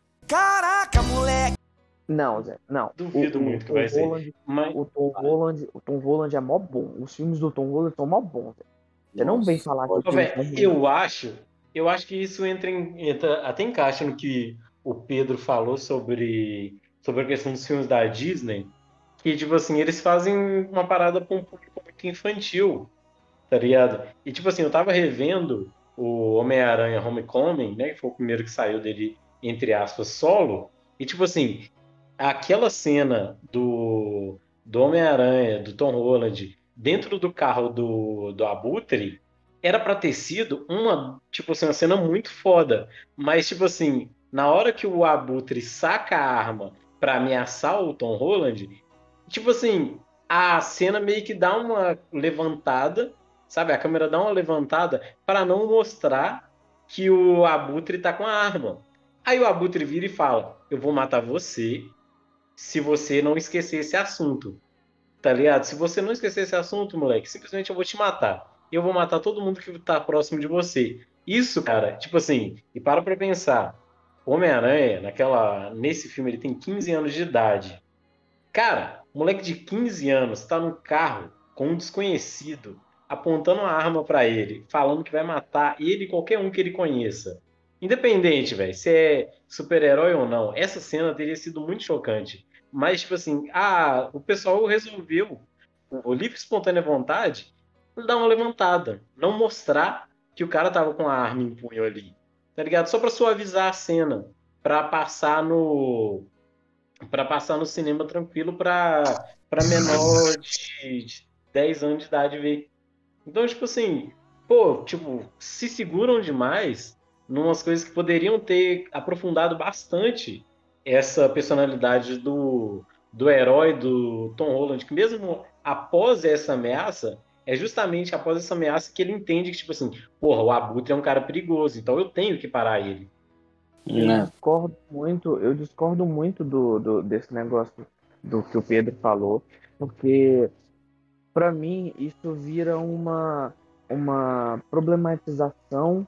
Não, Zé, não. Duvido O, o muito que Tom vai ser. Holland, Mas, o Tom Holland, o Tom Holland é mó bom. Os filmes do Tom Holland são mó bons, Zé. Você não vem Nossa, falar que os ô, pode. filmes velho, são ruins. eu acho. Eu acho que isso entra, em, entra até encaixa no que o Pedro falou sobre, sobre a questão dos filmes da Disney. Que, tipo assim, eles fazem uma parada pra um público muito infantil, tá ligado? E, tipo assim, eu tava revendo o Homem-Aranha Homecoming, né? Que foi o primeiro que saiu dele, entre aspas, solo. E, tipo assim, aquela cena do, do Homem-Aranha, do Tom Holland, dentro do carro do, do Abutre, era pra ter sido uma, tipo assim, uma cena muito foda. Mas, tipo assim, na hora que o Abutre saca a arma pra ameaçar o Tom Holland, tipo assim, a cena meio que dá uma levantada, sabe? A câmera dá uma levantada para não mostrar que o Abutre tá com a arma. Aí o Abutre vira e fala: Eu vou matar você se você não esquecer esse assunto, tá ligado? Se você não esquecer esse assunto, moleque, simplesmente eu vou te matar. Eu vou matar todo mundo que tá próximo de você. Isso, cara, tipo assim, e para pra pensar. Homem-Aranha, naquela, nesse filme, ele tem quinze anos de idade. Cara, moleque de quinze anos tá num carro com um desconhecido, apontando uma arma pra ele, falando que vai matar ele e qualquer um que ele conheça. independente, velho, se é super-herói ou não, essa cena teria sido muito chocante. Mas, tipo assim, ah, o pessoal resolveu, por livre e espontânea vontade, dar uma levantada. Não mostrar que o cara tava com a arma em punho ali. Tá ligado? Só pra suavizar a cena. Pra passar no. Pra passar no cinema tranquilo pra, pra menor de, de dez anos de idade ver. Então, tipo assim, pô, tipo, se seguram demais numas coisas que poderiam ter aprofundado bastante essa personalidade do, do herói do Tom Holland, que mesmo após essa ameaça, é justamente após essa ameaça que ele entende que, tipo assim, porra, o Abutre é um cara perigoso, então eu tenho que parar ele. Eu Né? discordo muito, eu discordo muito do, do- desse negócio do que o Pedro falou, porque para mim isso vira uma, uma problematização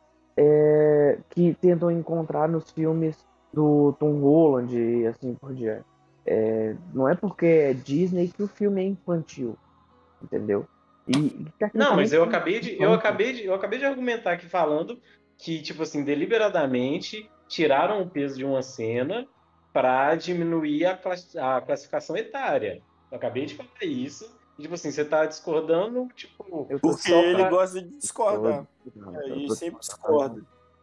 é, que tentam encontrar nos filmes do Tom Holland e assim por diante. É, não é porque é Disney que o filme é infantil, entendeu? E Não, mas tecnicamente eu é acabei de, eu infantil. acabei de, eu acabei de argumentar aqui falando que, tipo assim, deliberadamente tiraram o peso de uma cena para diminuir a, class- a classificação etária. Eu acabei de falar isso. E, tipo assim, você tá discordando, tipo, Eu tô, Porque só ele pra. gosta de tô, discordar. não, E eu aí tô sempre discordando. discorda.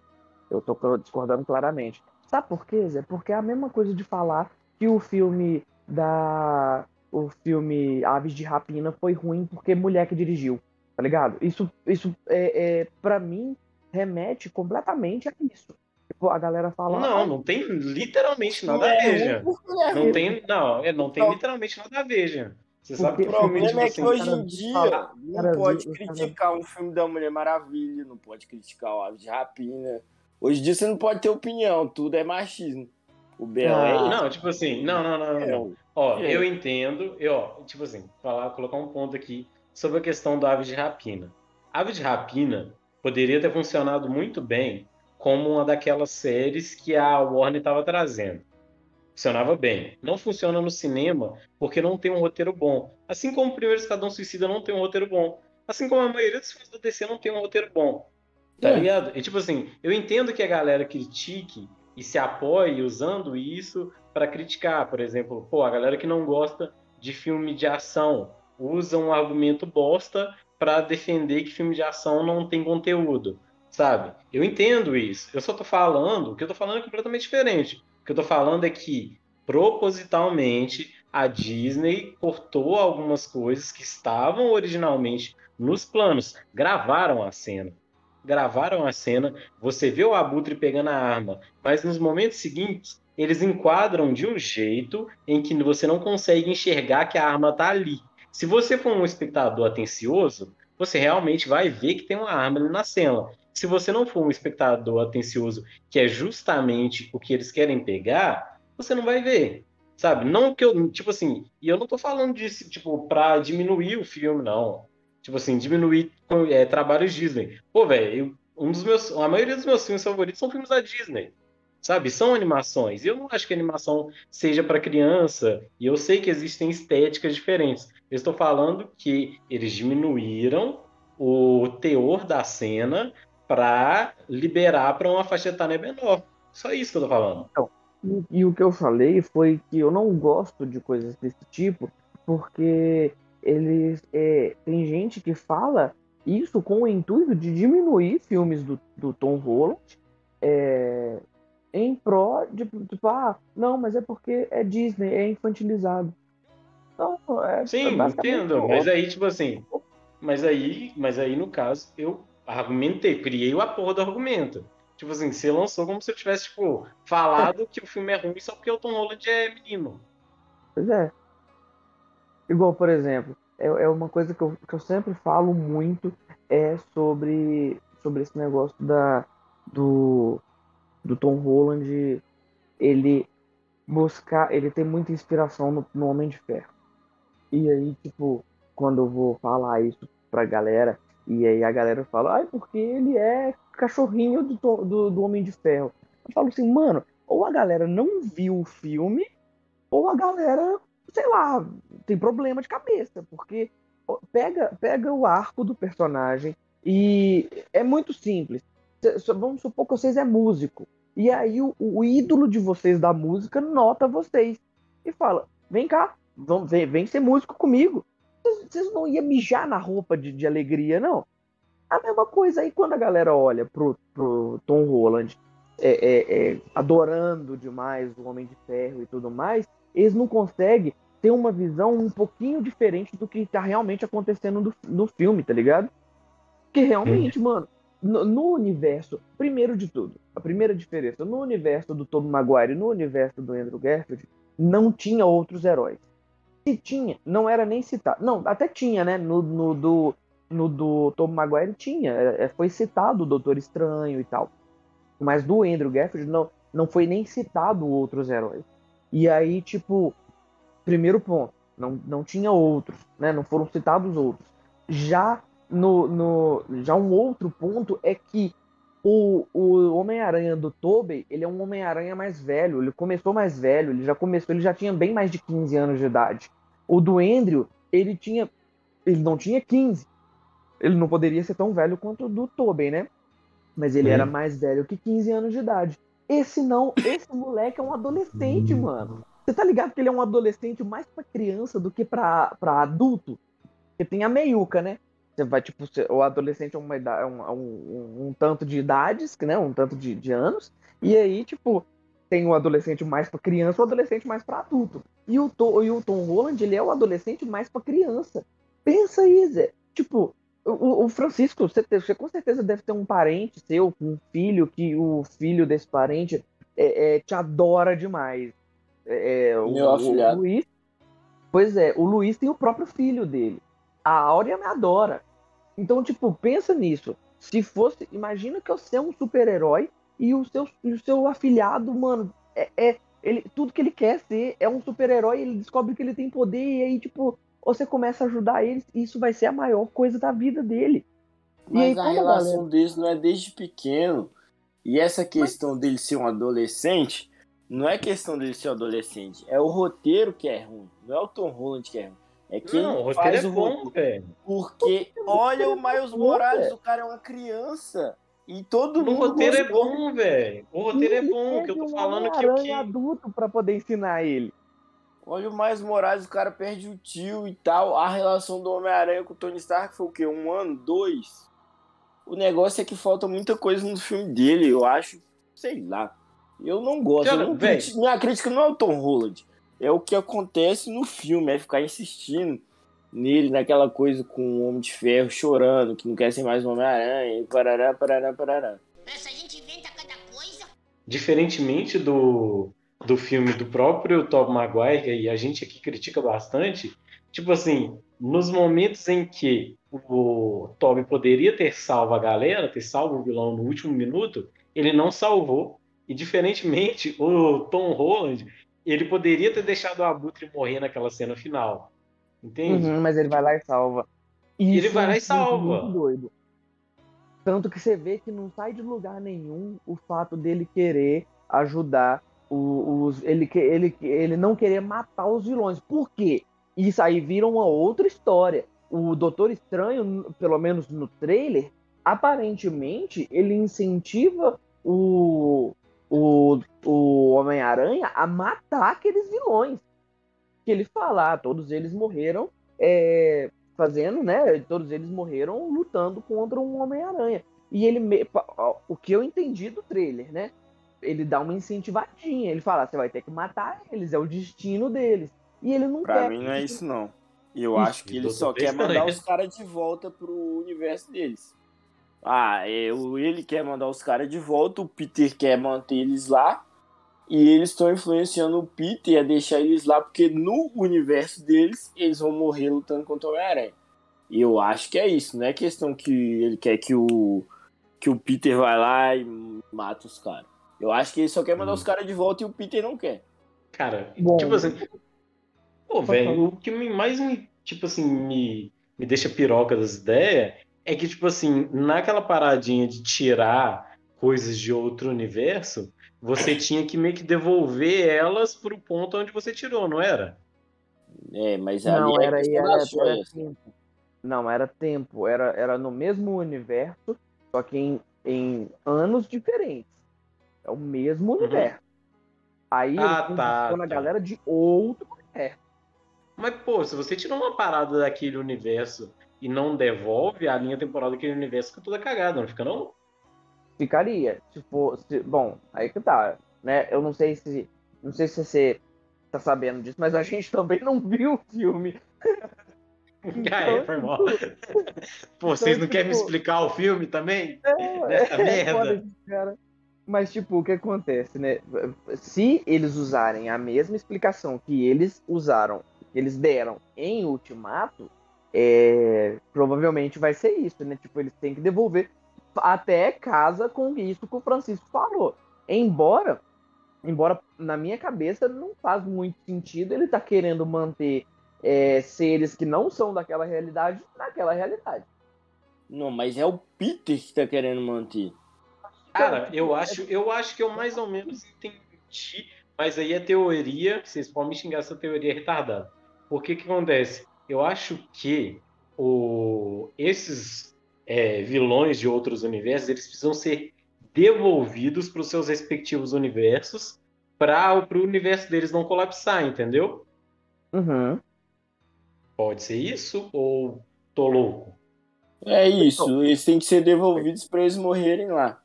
Eu tô discordando claramente. Sabe por quê, Zé? Porque é a mesma coisa de falar que o filme da. O filme Aves de Rapina foi ruim porque mulher que dirigiu, tá ligado? Isso, isso é, é, para mim, remete completamente a isso. Tipo, a galera fala, Não, ai, não tem O literalmente filme nada a é ver, ruim Jean. porque ele é Não ruim. tem, não, é, O não tem pro- literalmente nada a ver, Jean. Você o sabe porque, que o filme, porque problema tipo é que os assim, hoje caras em falam, dia a- os não caras, pode os caras, criticar um filme da Mulher Maravilha, não pode criticar o Aves de Rapina. Hoje em dia você não pode ter opinião, tudo é machismo. O Bel é ah, não, tipo assim, não, não, não, não, é, não. ué. Ó, E eu aí? entendo, eu, ó, tipo assim, falar, colocar um ponto aqui sobre a questão do Ave de Rapina. Ave de Rapina poderia ter funcionado muito bem como uma daquelas séries que a Warner estava trazendo. Funcionava bem. Não funciona no cinema porque não tem um roteiro bom. Assim como o Primeiro Esquadrão Suicida não tem um roteiro bom. Assim como a maioria dos filmes da D C não tem um roteiro bom. Tá É. ligado? E tipo assim, eu entendo que a galera critique e se apoie usando isso para criticar. Por exemplo, pô, a galera que não gosta de filme de ação usa um argumento bosta para defender que filme de ação não tem conteúdo, sabe? Eu entendo isso. Eu só tô falando, o que eu tô falando é completamente diferente. O que eu tô falando é que propositalmente a Disney cortou algumas coisas que estavam originalmente nos planos, gravaram a cena gravaram a cena, você vê o Abutre pegando a arma, mas nos momentos seguintes eles enquadram de um jeito em que você não consegue enxergar que a arma está ali. Se você for um espectador atencioso, você realmente vai ver que tem uma arma ali na cena. Se você não for um espectador atencioso, que é justamente o que eles querem pegar, você não vai ver. Sabe? Não que eu, tipo assim, e eu não tô falando disso, tipo, pra diminuir o filme, não. Tipo assim, diminuir é, trabalhos Disney. Pô, velho, um dos meus, a maioria dos meus filmes favoritos são filmes da Disney, sabe? São animações. E eu não acho que a animação seja para criança. E eu sei que existem estéticas diferentes. Eu estou falando que eles diminuíram o teor da cena para liberar para uma faixa etária menor. Só isso que eu tô falando. então, e, e o que eu falei foi que eu não gosto de coisas desse tipo, porque eles é, tem gente que fala isso com o intuito de diminuir filmes do, do Tom Holland é, em pró de tipo, ah, não, mas é porque é Disney, é infantilizado. Então, é, é Sim, basicamente entendo. Mas o aí, tipo assim, mas aí, mas aí, no caso, eu argumentei, criei o a porra do argumento. Tipo assim, você lançou como se eu tivesse, tipo, é, falado que o filme é ruim só porque o Tom Holland é menino. pois é. Igual, por exemplo, é, é uma coisa que eu, que eu sempre falo muito é sobre, sobre esse negócio da, do, do Tom Holland, ele buscar, ele tem muita inspiração no, no Homem de Ferro. E aí, tipo, quando eu vou falar isso pra galera, e aí a galera fala, ai, porque ele é cachorrinho do, To- do, do Homem de Ferro. Eu falo assim, mano, ou a galera não viu o filme, ou a galera, sei lá, tem problema de cabeça, porque ó, pega, pega o arco do personagem e é muito simples. vamos supor que vocês é músico. E aí o, o ídolo de vocês da música nota vocês e fala: vem cá, vamos, vem, vem ser músico comigo. Vocês, vocês não iam mijar na roupa de, de alegria, não? A mesma coisa aí quando a galera olha pro, pro Tom Holland é, é, é, adorando demais o Homem de Ferro e tudo mais, eles não conseguem ter uma visão um pouquinho diferente do que tá realmente acontecendo no, no filme, tá ligado? Porque realmente, mano, no, no universo, primeiro de tudo, a primeira diferença, no universo do Tobey Maguire e no universo do Andrew Garfield, não tinha outros heróis. Se tinha, não era nem citado. Não, até tinha, né? No, no do, no do Tobey Maguire tinha. É, foi citado o Doutor Estranho e tal. Mas do Andrew Garfield não, não foi nem citado outros heróis. E aí, tipo, primeiro ponto, não, não tinha outros, né? Não foram citados outros. Já no, no já um outro ponto é que o, o Homem-Aranha do Tobey, ele é um Homem-Aranha mais velho, ele começou mais velho, ele já começou, ele já tinha bem mais de quinze anos de idade. O do Andrew, ele tinha, ele não tinha quinze. Ele não poderia ser tão velho quanto o do Tobey, né? Mas ele era mais velho que quinze anos de idade. Esse não, esse moleque é um adolescente, mano. Você tá ligado que ele é um adolescente mais pra criança do que pra, pra adulto? Porque tem a meiuca, né? Você vai, tipo, o adolescente é, uma, é um, um, um, tanto de idades, né? Um tanto de, de anos. E aí, tipo, tem o adolescente mais pra criança e o adolescente mais pra adulto. E o, Tom, e o Tom Holland, ele é o adolescente mais pra criança. Pensa aí, Zé. Tipo, o, o Francisco, você, você com certeza deve ter um parente seu, um filho, que o filho desse parente é, é, te adora demais. É, o, Meu o afilhado. Luiz, pois é, o Luiz tem o próprio filho dele. A Áurea me adora. Então, tipo, pensa nisso. Se fosse, imagina que você é um super-herói e o seu, o seu afilhado, mano, é, é ele, tudo que ele quer ser é um super-herói, ele descobre que ele tem poder e aí, tipo, você começa a ajudar ele e isso vai ser a maior coisa da vida dele. E aí, Mas a quando a galera... relação deles não é desde pequeno. E essa Mas, questão dele ser um adolescente, não é questão dele ser um adolescente. É o roteiro que é ruim. Não é o Tom Holland que é ruim. É quem Não, o roteiro faz é o bom, roteiro. velho. Porque, olha o Miles Morales, o cara é uma criança. E todo No mundo roteiro é gostou. bom, velho. O e roteiro é ele bom. O que eu teve tô um falando é que o Homem-Aranha que. adulto pra poder ensinar ele. Olha o Miles Morales, o cara perde o tio e tal. A relação do Homem-Aranha com o Tony Stark foi o quê? Um ano? Dois? O negócio é que falta muita coisa no filme dele, eu acho. Sei lá. Eu não gosto. Eu Cara, não velho. critico, minha crítica não é o Tom Holland. É o que acontece no filme. É ficar insistindo nele, naquela coisa com o Homem de Ferro chorando, que não quer ser mais um Homem-Aranha. E parará, parará, parará. Essa gente inventa cada coisa. Diferentemente do, do filme do próprio Tobey Maguire, e a gente aqui critica bastante, tipo assim, nos momentos em que o Tobey poderia ter salvo a galera, ter salvo o vilão no último minuto, ele não salvou. E diferentemente, o Tom Holland, ele poderia ter deixado o Abutre morrer naquela cena final. Entende? Uhum, mas ele vai lá e salva. E ele Isso é vai um lá e ponto muito salva. doido. Tanto que você vê que não sai de lugar nenhum o fato dele querer ajudar o- os. Ele, que- ele, ele não querer matar os vilões. Por quê? Isso aí vira uma outra história. O Doutor Estranho, pelo menos no trailer, aparentemente ele incentiva o, o, o Homem-Aranha a matar aqueles vilões. Que ele fala, ah, todos eles morreram é, fazendo, né? Todos eles morreram lutando contra um Homem-Aranha. E ele, me- pa- ó, o que eu entendi do trailer, né? Ele dá uma incentivadinha. Ele fala, você vai ter que matar eles, é o destino deles. E ele não Pra quer. mim não é isso, não. Eu Isso. acho que E ele Doutor só quer mandar Estranho. os caras de volta pro universo deles. Ah, eu, ele quer mandar os caras de volta, o Peter quer manter eles lá. E eles estão influenciando o Peter a deixar eles lá, porque no universo deles, eles vão morrer lutando contra o Homem-Aranha. E eu acho que é isso, não é questão que ele quer que o, que o Peter vai lá e mata os caras. Eu acho que ele só quer mandar Hum. os caras de volta e o Peter não quer. Cara, Bom, tipo assim, pô, pode falar. velho, o que me- mais me, tipo assim, me, me deixa piroca das ideias é que, tipo assim, naquela paradinha de tirar coisas de outro universo, você tinha que meio que devolver elas pro ponto onde você tirou, não era? É, mas ali Não, é a era, questão era, das era joias. tempo. Não, era tempo. Era, era no mesmo universo, só que em em anos diferentes. É o mesmo Uhum. universo. Aí eles Ah, tá, condicionam a tá. galera de outro universo. Mas, pô, se você tira uma parada daquele universo e não devolve, a linha temporal daquele universo fica toda cagada, não fica, não? Ficaria. Se for, se- bom, aí que tá, né? Eu não sei se, não sei se você tá sabendo disso, mas a gente também não viu o filme. Ah, é, Então, foi mal. tipo, Pô, então, vocês não querem me tipo, explicar o filme também? Dessa é, é foda merda? esse cara. Mas, tipo, o que acontece, né? Se eles usarem a mesma explicação que eles usaram, que eles deram em Ultimato, é, provavelmente vai ser isso, né? Tipo, eles têm que devolver. Até casa com isso que o Francisco falou. Embora, embora na minha cabeça não faz muito sentido ele tá querendo manter é, seres que não são daquela realidade naquela realidade. Não, mas é o Peter que tá querendo manter. Então, Cara, eu tipo, acho, eu acho que eu mais ou menos entendi, mas aí a teoria, vocês podem me xingar, essa teoria é retardada. Por que que acontece? Eu acho que o, esses é, vilões de outros universos, eles precisam ser devolvidos para os seus respectivos universos para o universo deles não colapsar, entendeu? uhum. Pode ser isso ou tô louco? É Então, isso, eles têm que ser devolvidos pra eles morrerem lá.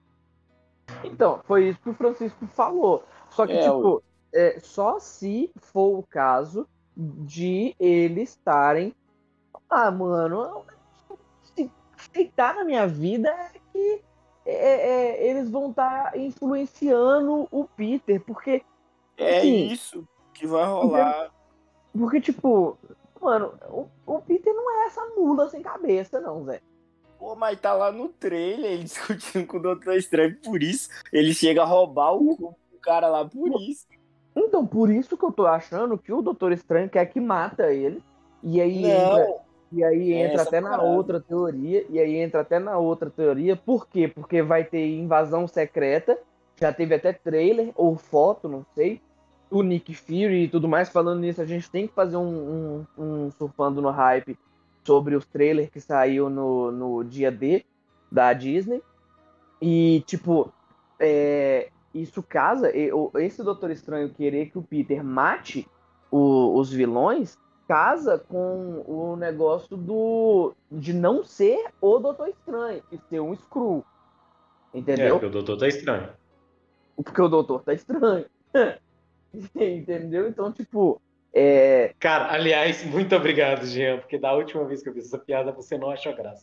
Então, foi isso que o Francisco falou. Só que, É, ué. tipo, é, só se for o caso de eles estarem. Ah, mano, se aceitar na minha vida é que é, é, eles vão estar influenciando o Peter, porque, É assim, isso que vai porque, rolar. porque tipo, mano, o, o Peter não é essa mula sem cabeça, não, Zé. Pô, mas tá lá no trailer, ele discutindo com o Doutor Estranho, por isso ele chega a roubar o corpo do cara lá, por isso. Então, por isso que eu tô achando que o Doutor Estranho quer que mata ele. E aí entra, Não, e aí é entra essa até na parada. outra teoria, e aí entra até na outra teoria. Por quê? Porque vai ter invasão secreta. Já teve até trailer ou foto, não sei. O Nick Fury e tudo mais. Falando nisso, a gente tem que fazer um, um, um surfando no hype sobre os trailers que saiu no, no dia D da Disney. E, tipo, é, isso casa, e- o- esse Doutor Estranho querer que o Peter mate o- os vilões, casa com o negócio do de não ser o Doutor Estranho, e ser um Skrull, É, porque entendeu? o doutor tá estranho. Porque o Doutor tá estranho, entendeu? Então, tipo, é, Cara, aliás, muito obrigado, Jean, porque da última vez que eu fiz essa piada você não achou graça.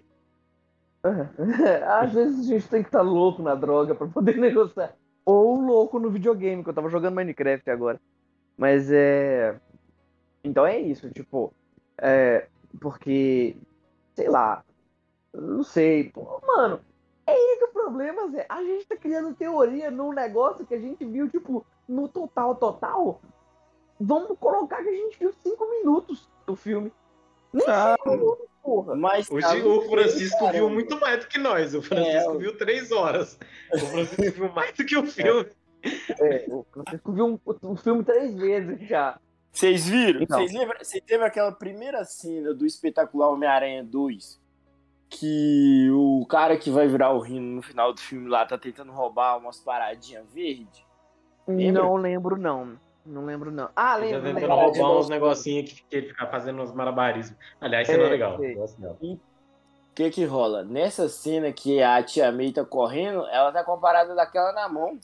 às vezes a gente tem que estar louco na droga pra poder negociar. Ou louco no videogame, que eu tava jogando Minecraft agora. Mas é. Então é isso, tipo, é, porque, sei lá, não sei, pô, mano, é esse o problema, Zé. A gente tá criando teoria num negócio que a gente viu, tipo, no total, total. Vamos colocar que a gente viu cinco minutos do filme. Nem Ah, cinco minutos, porra. mas O, tá Gi- no o trailer, Francisco viu caramba. muito mais do que nós. O É, Francisco viu três horas. O Francisco viu mais do que o É, filme. é, o Francisco viu um, um filme três vezes já. vocês viram? Então, Vocês lembram? Vocês lembram aquela primeira cena do espetacular Homem-Aranha dois? Que o cara que vai virar o Rino no final do filme lá tá tentando roubar umas paradinhas verdes? Lembra? não lembro, não. Não lembro, não. Ah, Ele tá lembro, Umas tentando lembro, paradinhas lembro. roubar uns gostosas. negocinhos que, que ele fica fazendo uns malabarismos. Aliás, cena É, legal. sei. Gosto dela. E o que que rola? Nessa cena que a tia May tá correndo, ela tá com a parada daquela na mão.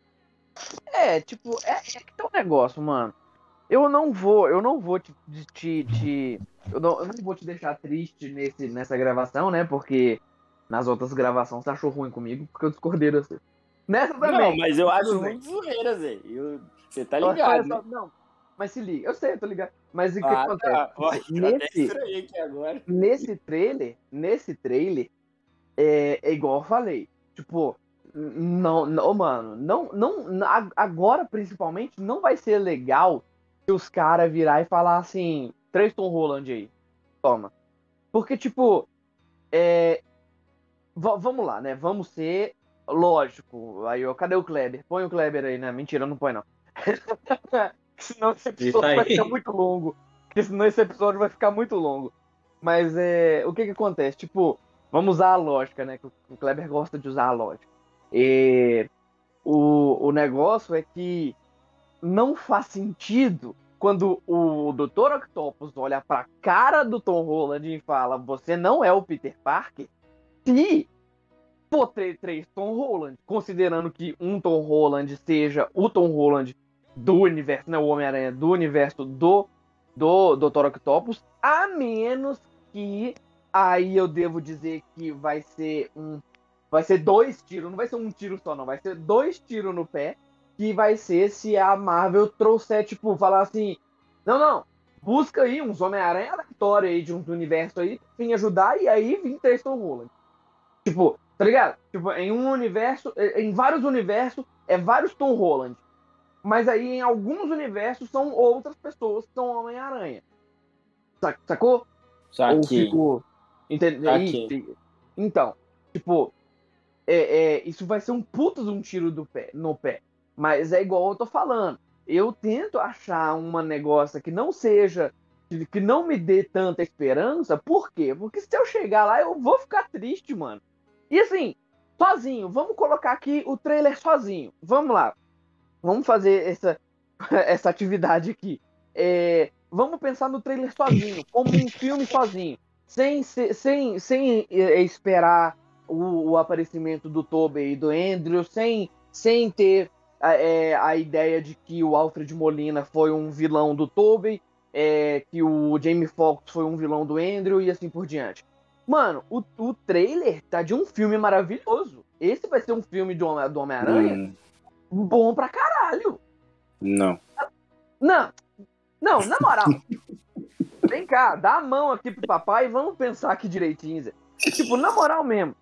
É, tipo, é, é que tem um negócio, mano. Eu não vou, eu não vou te, te, te- eu, não, eu não vou te deixar triste nesse, nessa gravação, né? Porque nas outras gravações você achou ruim comigo, porque eu discordei de você. Nessa Não, também, mas eu mas acho tudo bem. muito zoeira, Zé. Eu- Você tá Olha ligado, só, né? não, mas se liga, eu sei, eu tô ligado. Mas o que Ah, acontece? tá. Olha, eu até Nesse, estranhei aqui agora. nesse trailer, nesse trailer, é, é igual eu falei. Tipo, não, não, mano, não, não, a- agora principalmente não vai ser legal se os caras virar e falar assim, três Tom Holland aí, toma. Porque, tipo, é, va- vamos lá, né? Vamos ser lógico. Aí, ó, cadê o Kleber? Põe o Kleber aí, né? Mentira, não põe não. Senão esse Ele tá episódio vai ficar aí. muito longo. Porque senão esse episódio vai ficar muito longo. Mas é, o que que acontece? Tipo, vamos usar a lógica, né? Que o Kleber gosta de usar a lógica. E o, o negócio é que não faz sentido quando o doutor Octopus olha pra cara do Tom Holland e fala: você não é o Peter Parker, se for ter três Tom Holland, considerando que um Tom Holland seja o Tom Holland do universo, né, o Homem-Aranha do universo do, do doutor Octopus, a menos que aí eu devo dizer que vai ser um vai ser dois tiros, não vai ser um tiro só não, vai ser dois tiros no pé, que vai ser se a Marvel trouxer, tipo, falar assim, não, não, busca aí uns Homem-Aranha aleatório aí de uns universos aí, vim ajudar, e aí vim três Tom Holland. Tipo, tá ligado? Tipo, em um universo, em vários universos, é vários Tom Holland. Mas aí em alguns universos são outras pessoas que são Homem-Aranha. Sacou? Ou Saquei. ficou. Entendeu? Saquei. Então, tipo, é, é, isso vai ser um puta de um tiro do pé, no pé. Mas é igual eu tô falando. Eu tento achar uma negócio que não seja. Que não me dê tanta esperança. Por quê? Porque se eu chegar lá, eu vou ficar triste, mano. E assim, sozinho, vamos colocar aqui o trailer sozinho. Vamos lá. Vamos fazer essa, essa atividade aqui. É, vamos pensar no trailer sozinho, como um filme sozinho. Sem, sem, sem esperar o, o aparecimento do Tobey e do Andrew, sem, sem ter a, é, a ideia de que o Alfred Molina foi um vilão do Tobey, é, que o Jamie Foxx foi um vilão do Andrew e assim por diante. Mano, o, o trailer tá de um filme maravilhoso. Esse vai ser um filme do, do Homem-Aranha Hum, bom pra caralho. não. Não, não, na moral. Vem cá, dá a mão aqui pro papai e vamos pensar aqui direitinho, Zé. Tipo, na moral mesmo.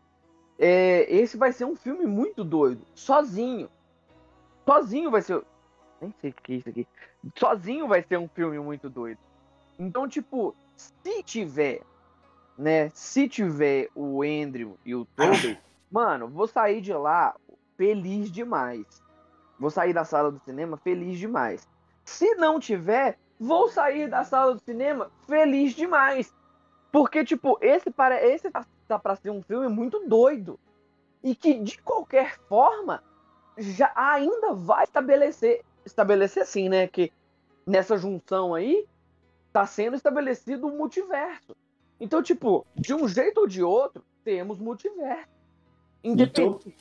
É, esse vai ser um filme muito doido. Sozinho. Sozinho vai ser. Nem sei o que é isso aqui. Sozinho vai ser um filme muito doido. Então, tipo, se tiver, né? Se tiver o Andrew e o Tobey, mano, vou sair de lá feliz demais. Vou sair da sala do cinema feliz demais. Se não tiver, vou sair da sala do cinema feliz demais. Porque, tipo, esse, para... esse tá, tá pra ser um filme muito doido. E que, de qualquer forma, já ainda vai estabelecer, estabelecer assim, né? Que nessa junção aí, tá sendo estabelecido o multiverso. Então, tipo, de um jeito ou de outro, temos multiverso. Independente.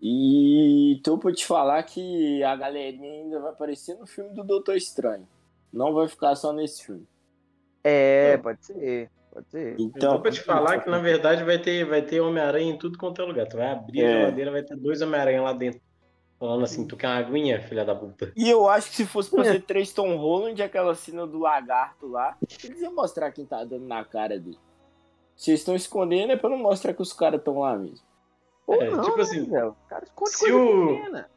E tô pra te falar que a galerinha ainda vai aparecer no filme do Doutor Estranho. Não vai ficar só nesse filme. É, pode ser. Pode ser. Então, Então, pra te falar que, na verdade, vai ter, vai ter Homem-Aranha em tudo quanto é lugar. Tu vai abrir a É. geladeira, vai ter dois Homem-Aranha lá dentro. Falando assim, tu quer uma aguinha, filha da puta? E eu acho que se fosse pra ser três Tom Holland, aquela cena do lagarto lá, eles iam mostrar quem tá dando na cara dele. Vocês estão escondendo é pra não mostrar que os caras estão lá mesmo. Ou É, não, tipo né, assim, Zé? O cara esconde se coisa o- pequena.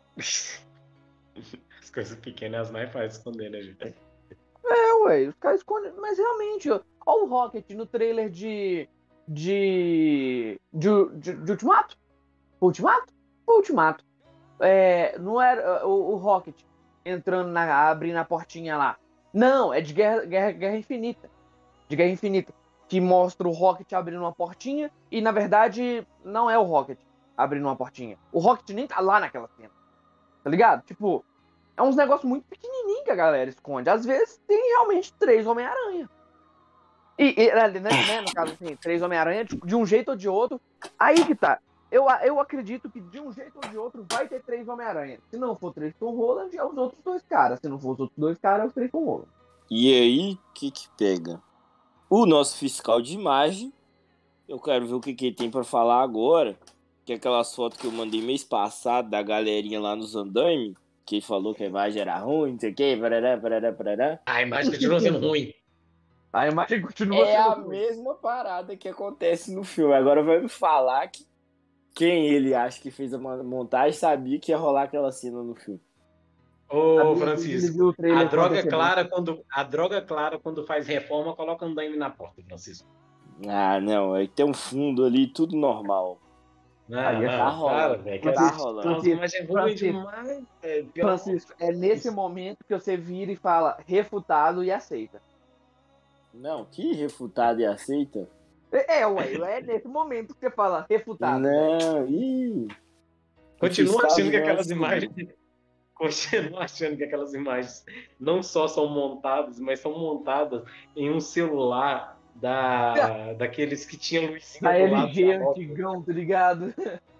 As coisas pequenas as mais fáceis de esconder, né, gente? É, ué, os caras escondem. Mas realmente, ó, ó o Rocket no trailer de. De. De, de, de Ultimato? Ultimato? Ultimato. É, não era o, o Rocket entrando na. Abrindo a portinha lá. Não, é de Guerra, Guerra, Guerra Infinita. De Guerra Infinita. Que mostra o Rocket abrindo uma portinha. E na verdade, não é o Rocket abrindo uma portinha. O Rocket nem tá lá naquela cena. Tá ligado? Tipo, é uns negócios muito pequenininhos que a galera esconde. Às vezes tem realmente três Homem-Aranha. E, e né, né, no caso assim, três Homem-Aranha de, de um jeito ou de outro. Aí que tá. Eu, eu acredito que de um jeito ou de outro vai ter três Homem-Aranha. Se não for três Tom Holland, é os outros dois caras. Se não for os outros dois caras, é os três Tom Holland. E aí, o que que pega? O nosso fiscal de imagem, eu quero ver o que que ele tem pra falar agora, que é aquelas fotos que eu mandei mês passado da galerinha lá nos andaime, que ele falou que a imagem era ruim, não sei o que, parará, parará, parará. A imagem continua sendo ruim. A imagem continua É sendo a ruim. mesma parada que acontece no filme. Agora vai me falar que quem ele acha que fez a montagem sabia que ia rolar aquela cena no filme. Ô, Sabia que ele Francisco, viu o trailer a droga com antecedência. clara quando a droga clara quando faz reforma coloca andaime na porta, Francisco. Ah, não, aí tem um fundo ali, tudo normal. Não, Aí é não, tá rolando. para, velho. Tá Francisco, rolando. nossa, mas é ruim Francisco, demais, velho. Pelo amor Francisco, de é Deus. nesse momento que você vira e fala refutado e aceita. Não, que refutado e aceita. É, ué, é nesse momento que você fala refutado. Né? Não, ih. Continuo Esse achando que caso não é aquelas assim, imagens. Continuo achando que aquelas imagens não só são montadas, mas são montadas em um celular da, daqueles que tinha luzinha A do lado L G da nota. antigão, tá ligado?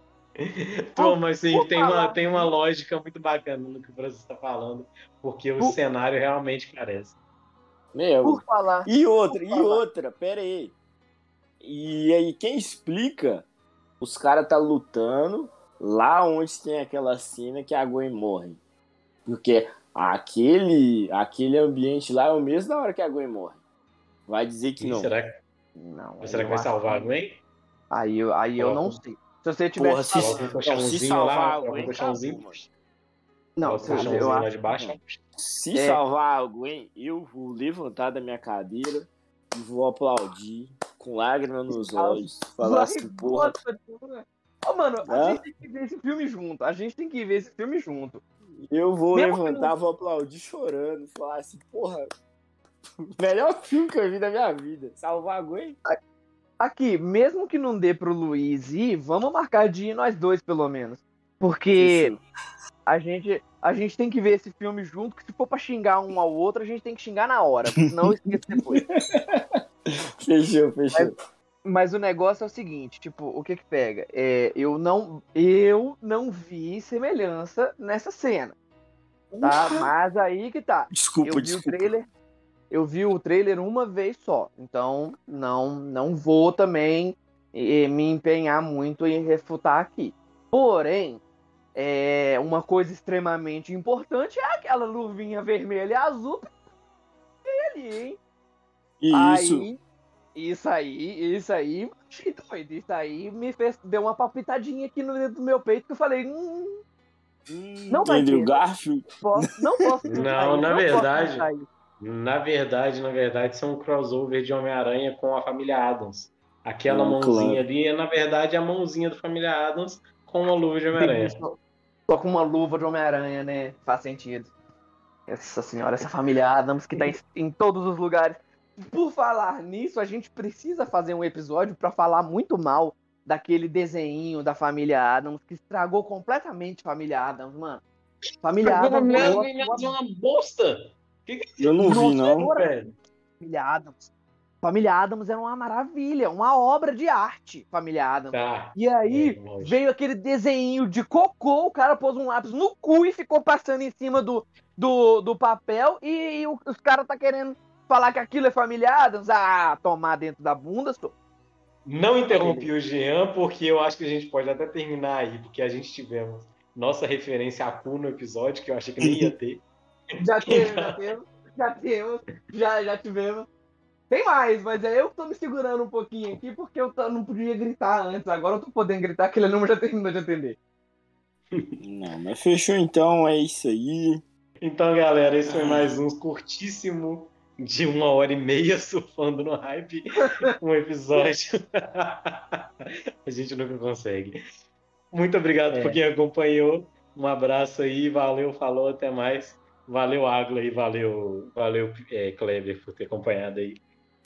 Pô, Por, mas assim, por tem uma, falar tem uma nisso, lógica muito bacana no que o Francisco está falando, porque o por, cenário realmente parece. Meu. por falar, E outra, por e falar. outra, pera aí. E aí, quem explica? Os caras tá lutando lá onde tem aquela cena que a Gwen morre. Porque aquele, aquele ambiente lá é o mesmo da hora que a Gwen morre. Vai dizer que E não. será, que- Não, aí será que eu vai acho. salvar a Gwen? Aí, eu- aí eu não Coloca, sei. Se você Porra, tivesse se, falado. coloca um não, se colchãozinho salvar lá, a coloca um Gwen, colchãozinho, acabou, mano. Não, coloca um se- eu colchãozinho lá acho. de baixo. Não. Se É, salvar a Gwen, eu vou levantar da minha cadeira e vou aplaudir com lágrimas nos olhos. Falar assim, porra. Nossa, porra. Ô, mano, a Hã? gente tem que ver esse filme junto. A gente tem que ver esse filme junto. Eu vou Mesmo que levantar, não- vou aplaudir chorando. Falar assim, porra. Melhor filme que eu vi da minha vida. Salvar a Gwen. Aqui, mesmo que não dê pro Luiz ir, vamos marcar de ir nós dois, pelo menos. Porque Fechou. a gente, a gente tem que ver esse filme junto, que se for pra xingar um ao outro, a gente tem que xingar na hora, porque senão eu esqueço depois. Fechou, fechou. Mas o negócio é o seguinte, tipo, o que que pega? É, eu não, eu não vi semelhança nessa cena, tá? Mas aí que tá. Desculpa, Eu vi desculpa. o trailer, eu vi o trailer uma vez só, então não, não vou também eh, me empenhar muito em refutar aqui. Porém, é, uma coisa extremamente importante é aquela luvinha vermelha e azul ali, hein? E isso. Aí Isso aí, isso aí, achei doido. Isso aí me fez, deu uma palpitadinha aqui no dedo do meu peito que eu falei, hum, Hum, não vai Andrew ter, não Garfield. posso, não posso pensar Não, isso, na não posso verdade, pensar isso. na verdade, na verdade, são um crossover de Homem-Aranha com a família Adams. Aquela Ah, mãozinha claro. ali é, na verdade, a mãozinha da família Adams com uma luva de Entendi, Homem-Aranha. só, só com uma luva de Homem-Aranha, né? Faz sentido. Essa senhora, essa família Adams que tá em, em todos os lugares. Por falar nisso, a gente precisa fazer um episódio pra falar muito mal daquele desenho da família Adams que estragou completamente a família Adams, mano. Família Agora Adams é um mesmo, negócio. é uma bosta! Que que Eu não vi, Nossa, não. senhora, velho? Família Adams. Família Adams era uma maravilha, uma obra de arte, Família Adams. Tá, E é, aí lógico. veio aquele desenho de cocô, o cara pôs um lápis no cu e ficou passando em cima do, do, do papel e, e o- os caras tá querendo falar que aquilo é Família Adams. Ah, tomar dentro da bunda, só. Não interrompi Beleza. o Jean, porque eu acho que a gente pode até terminar aí, porque a gente tivemos nossa referência a Pooh no episódio, que eu achei que nem ia ter. Já teve, já Então, temos, já temos, já, já tivemos. Tem mais, mas é eu que tô me segurando um pouquinho aqui porque eu tô- não podia gritar antes. Agora eu tô podendo gritar que ele não já terminou de atender. Não, mas fechou então, é isso aí. então, galera, esse foi mais um curtíssimo de uma hora e meia surfando no hype, um episódio. A gente nunca consegue. Muito obrigado por É. quem acompanhou. Um abraço aí, valeu, falou, até mais. Valeu, Agla, e valeu, valeu, é, Kleber, por ter acompanhado aí.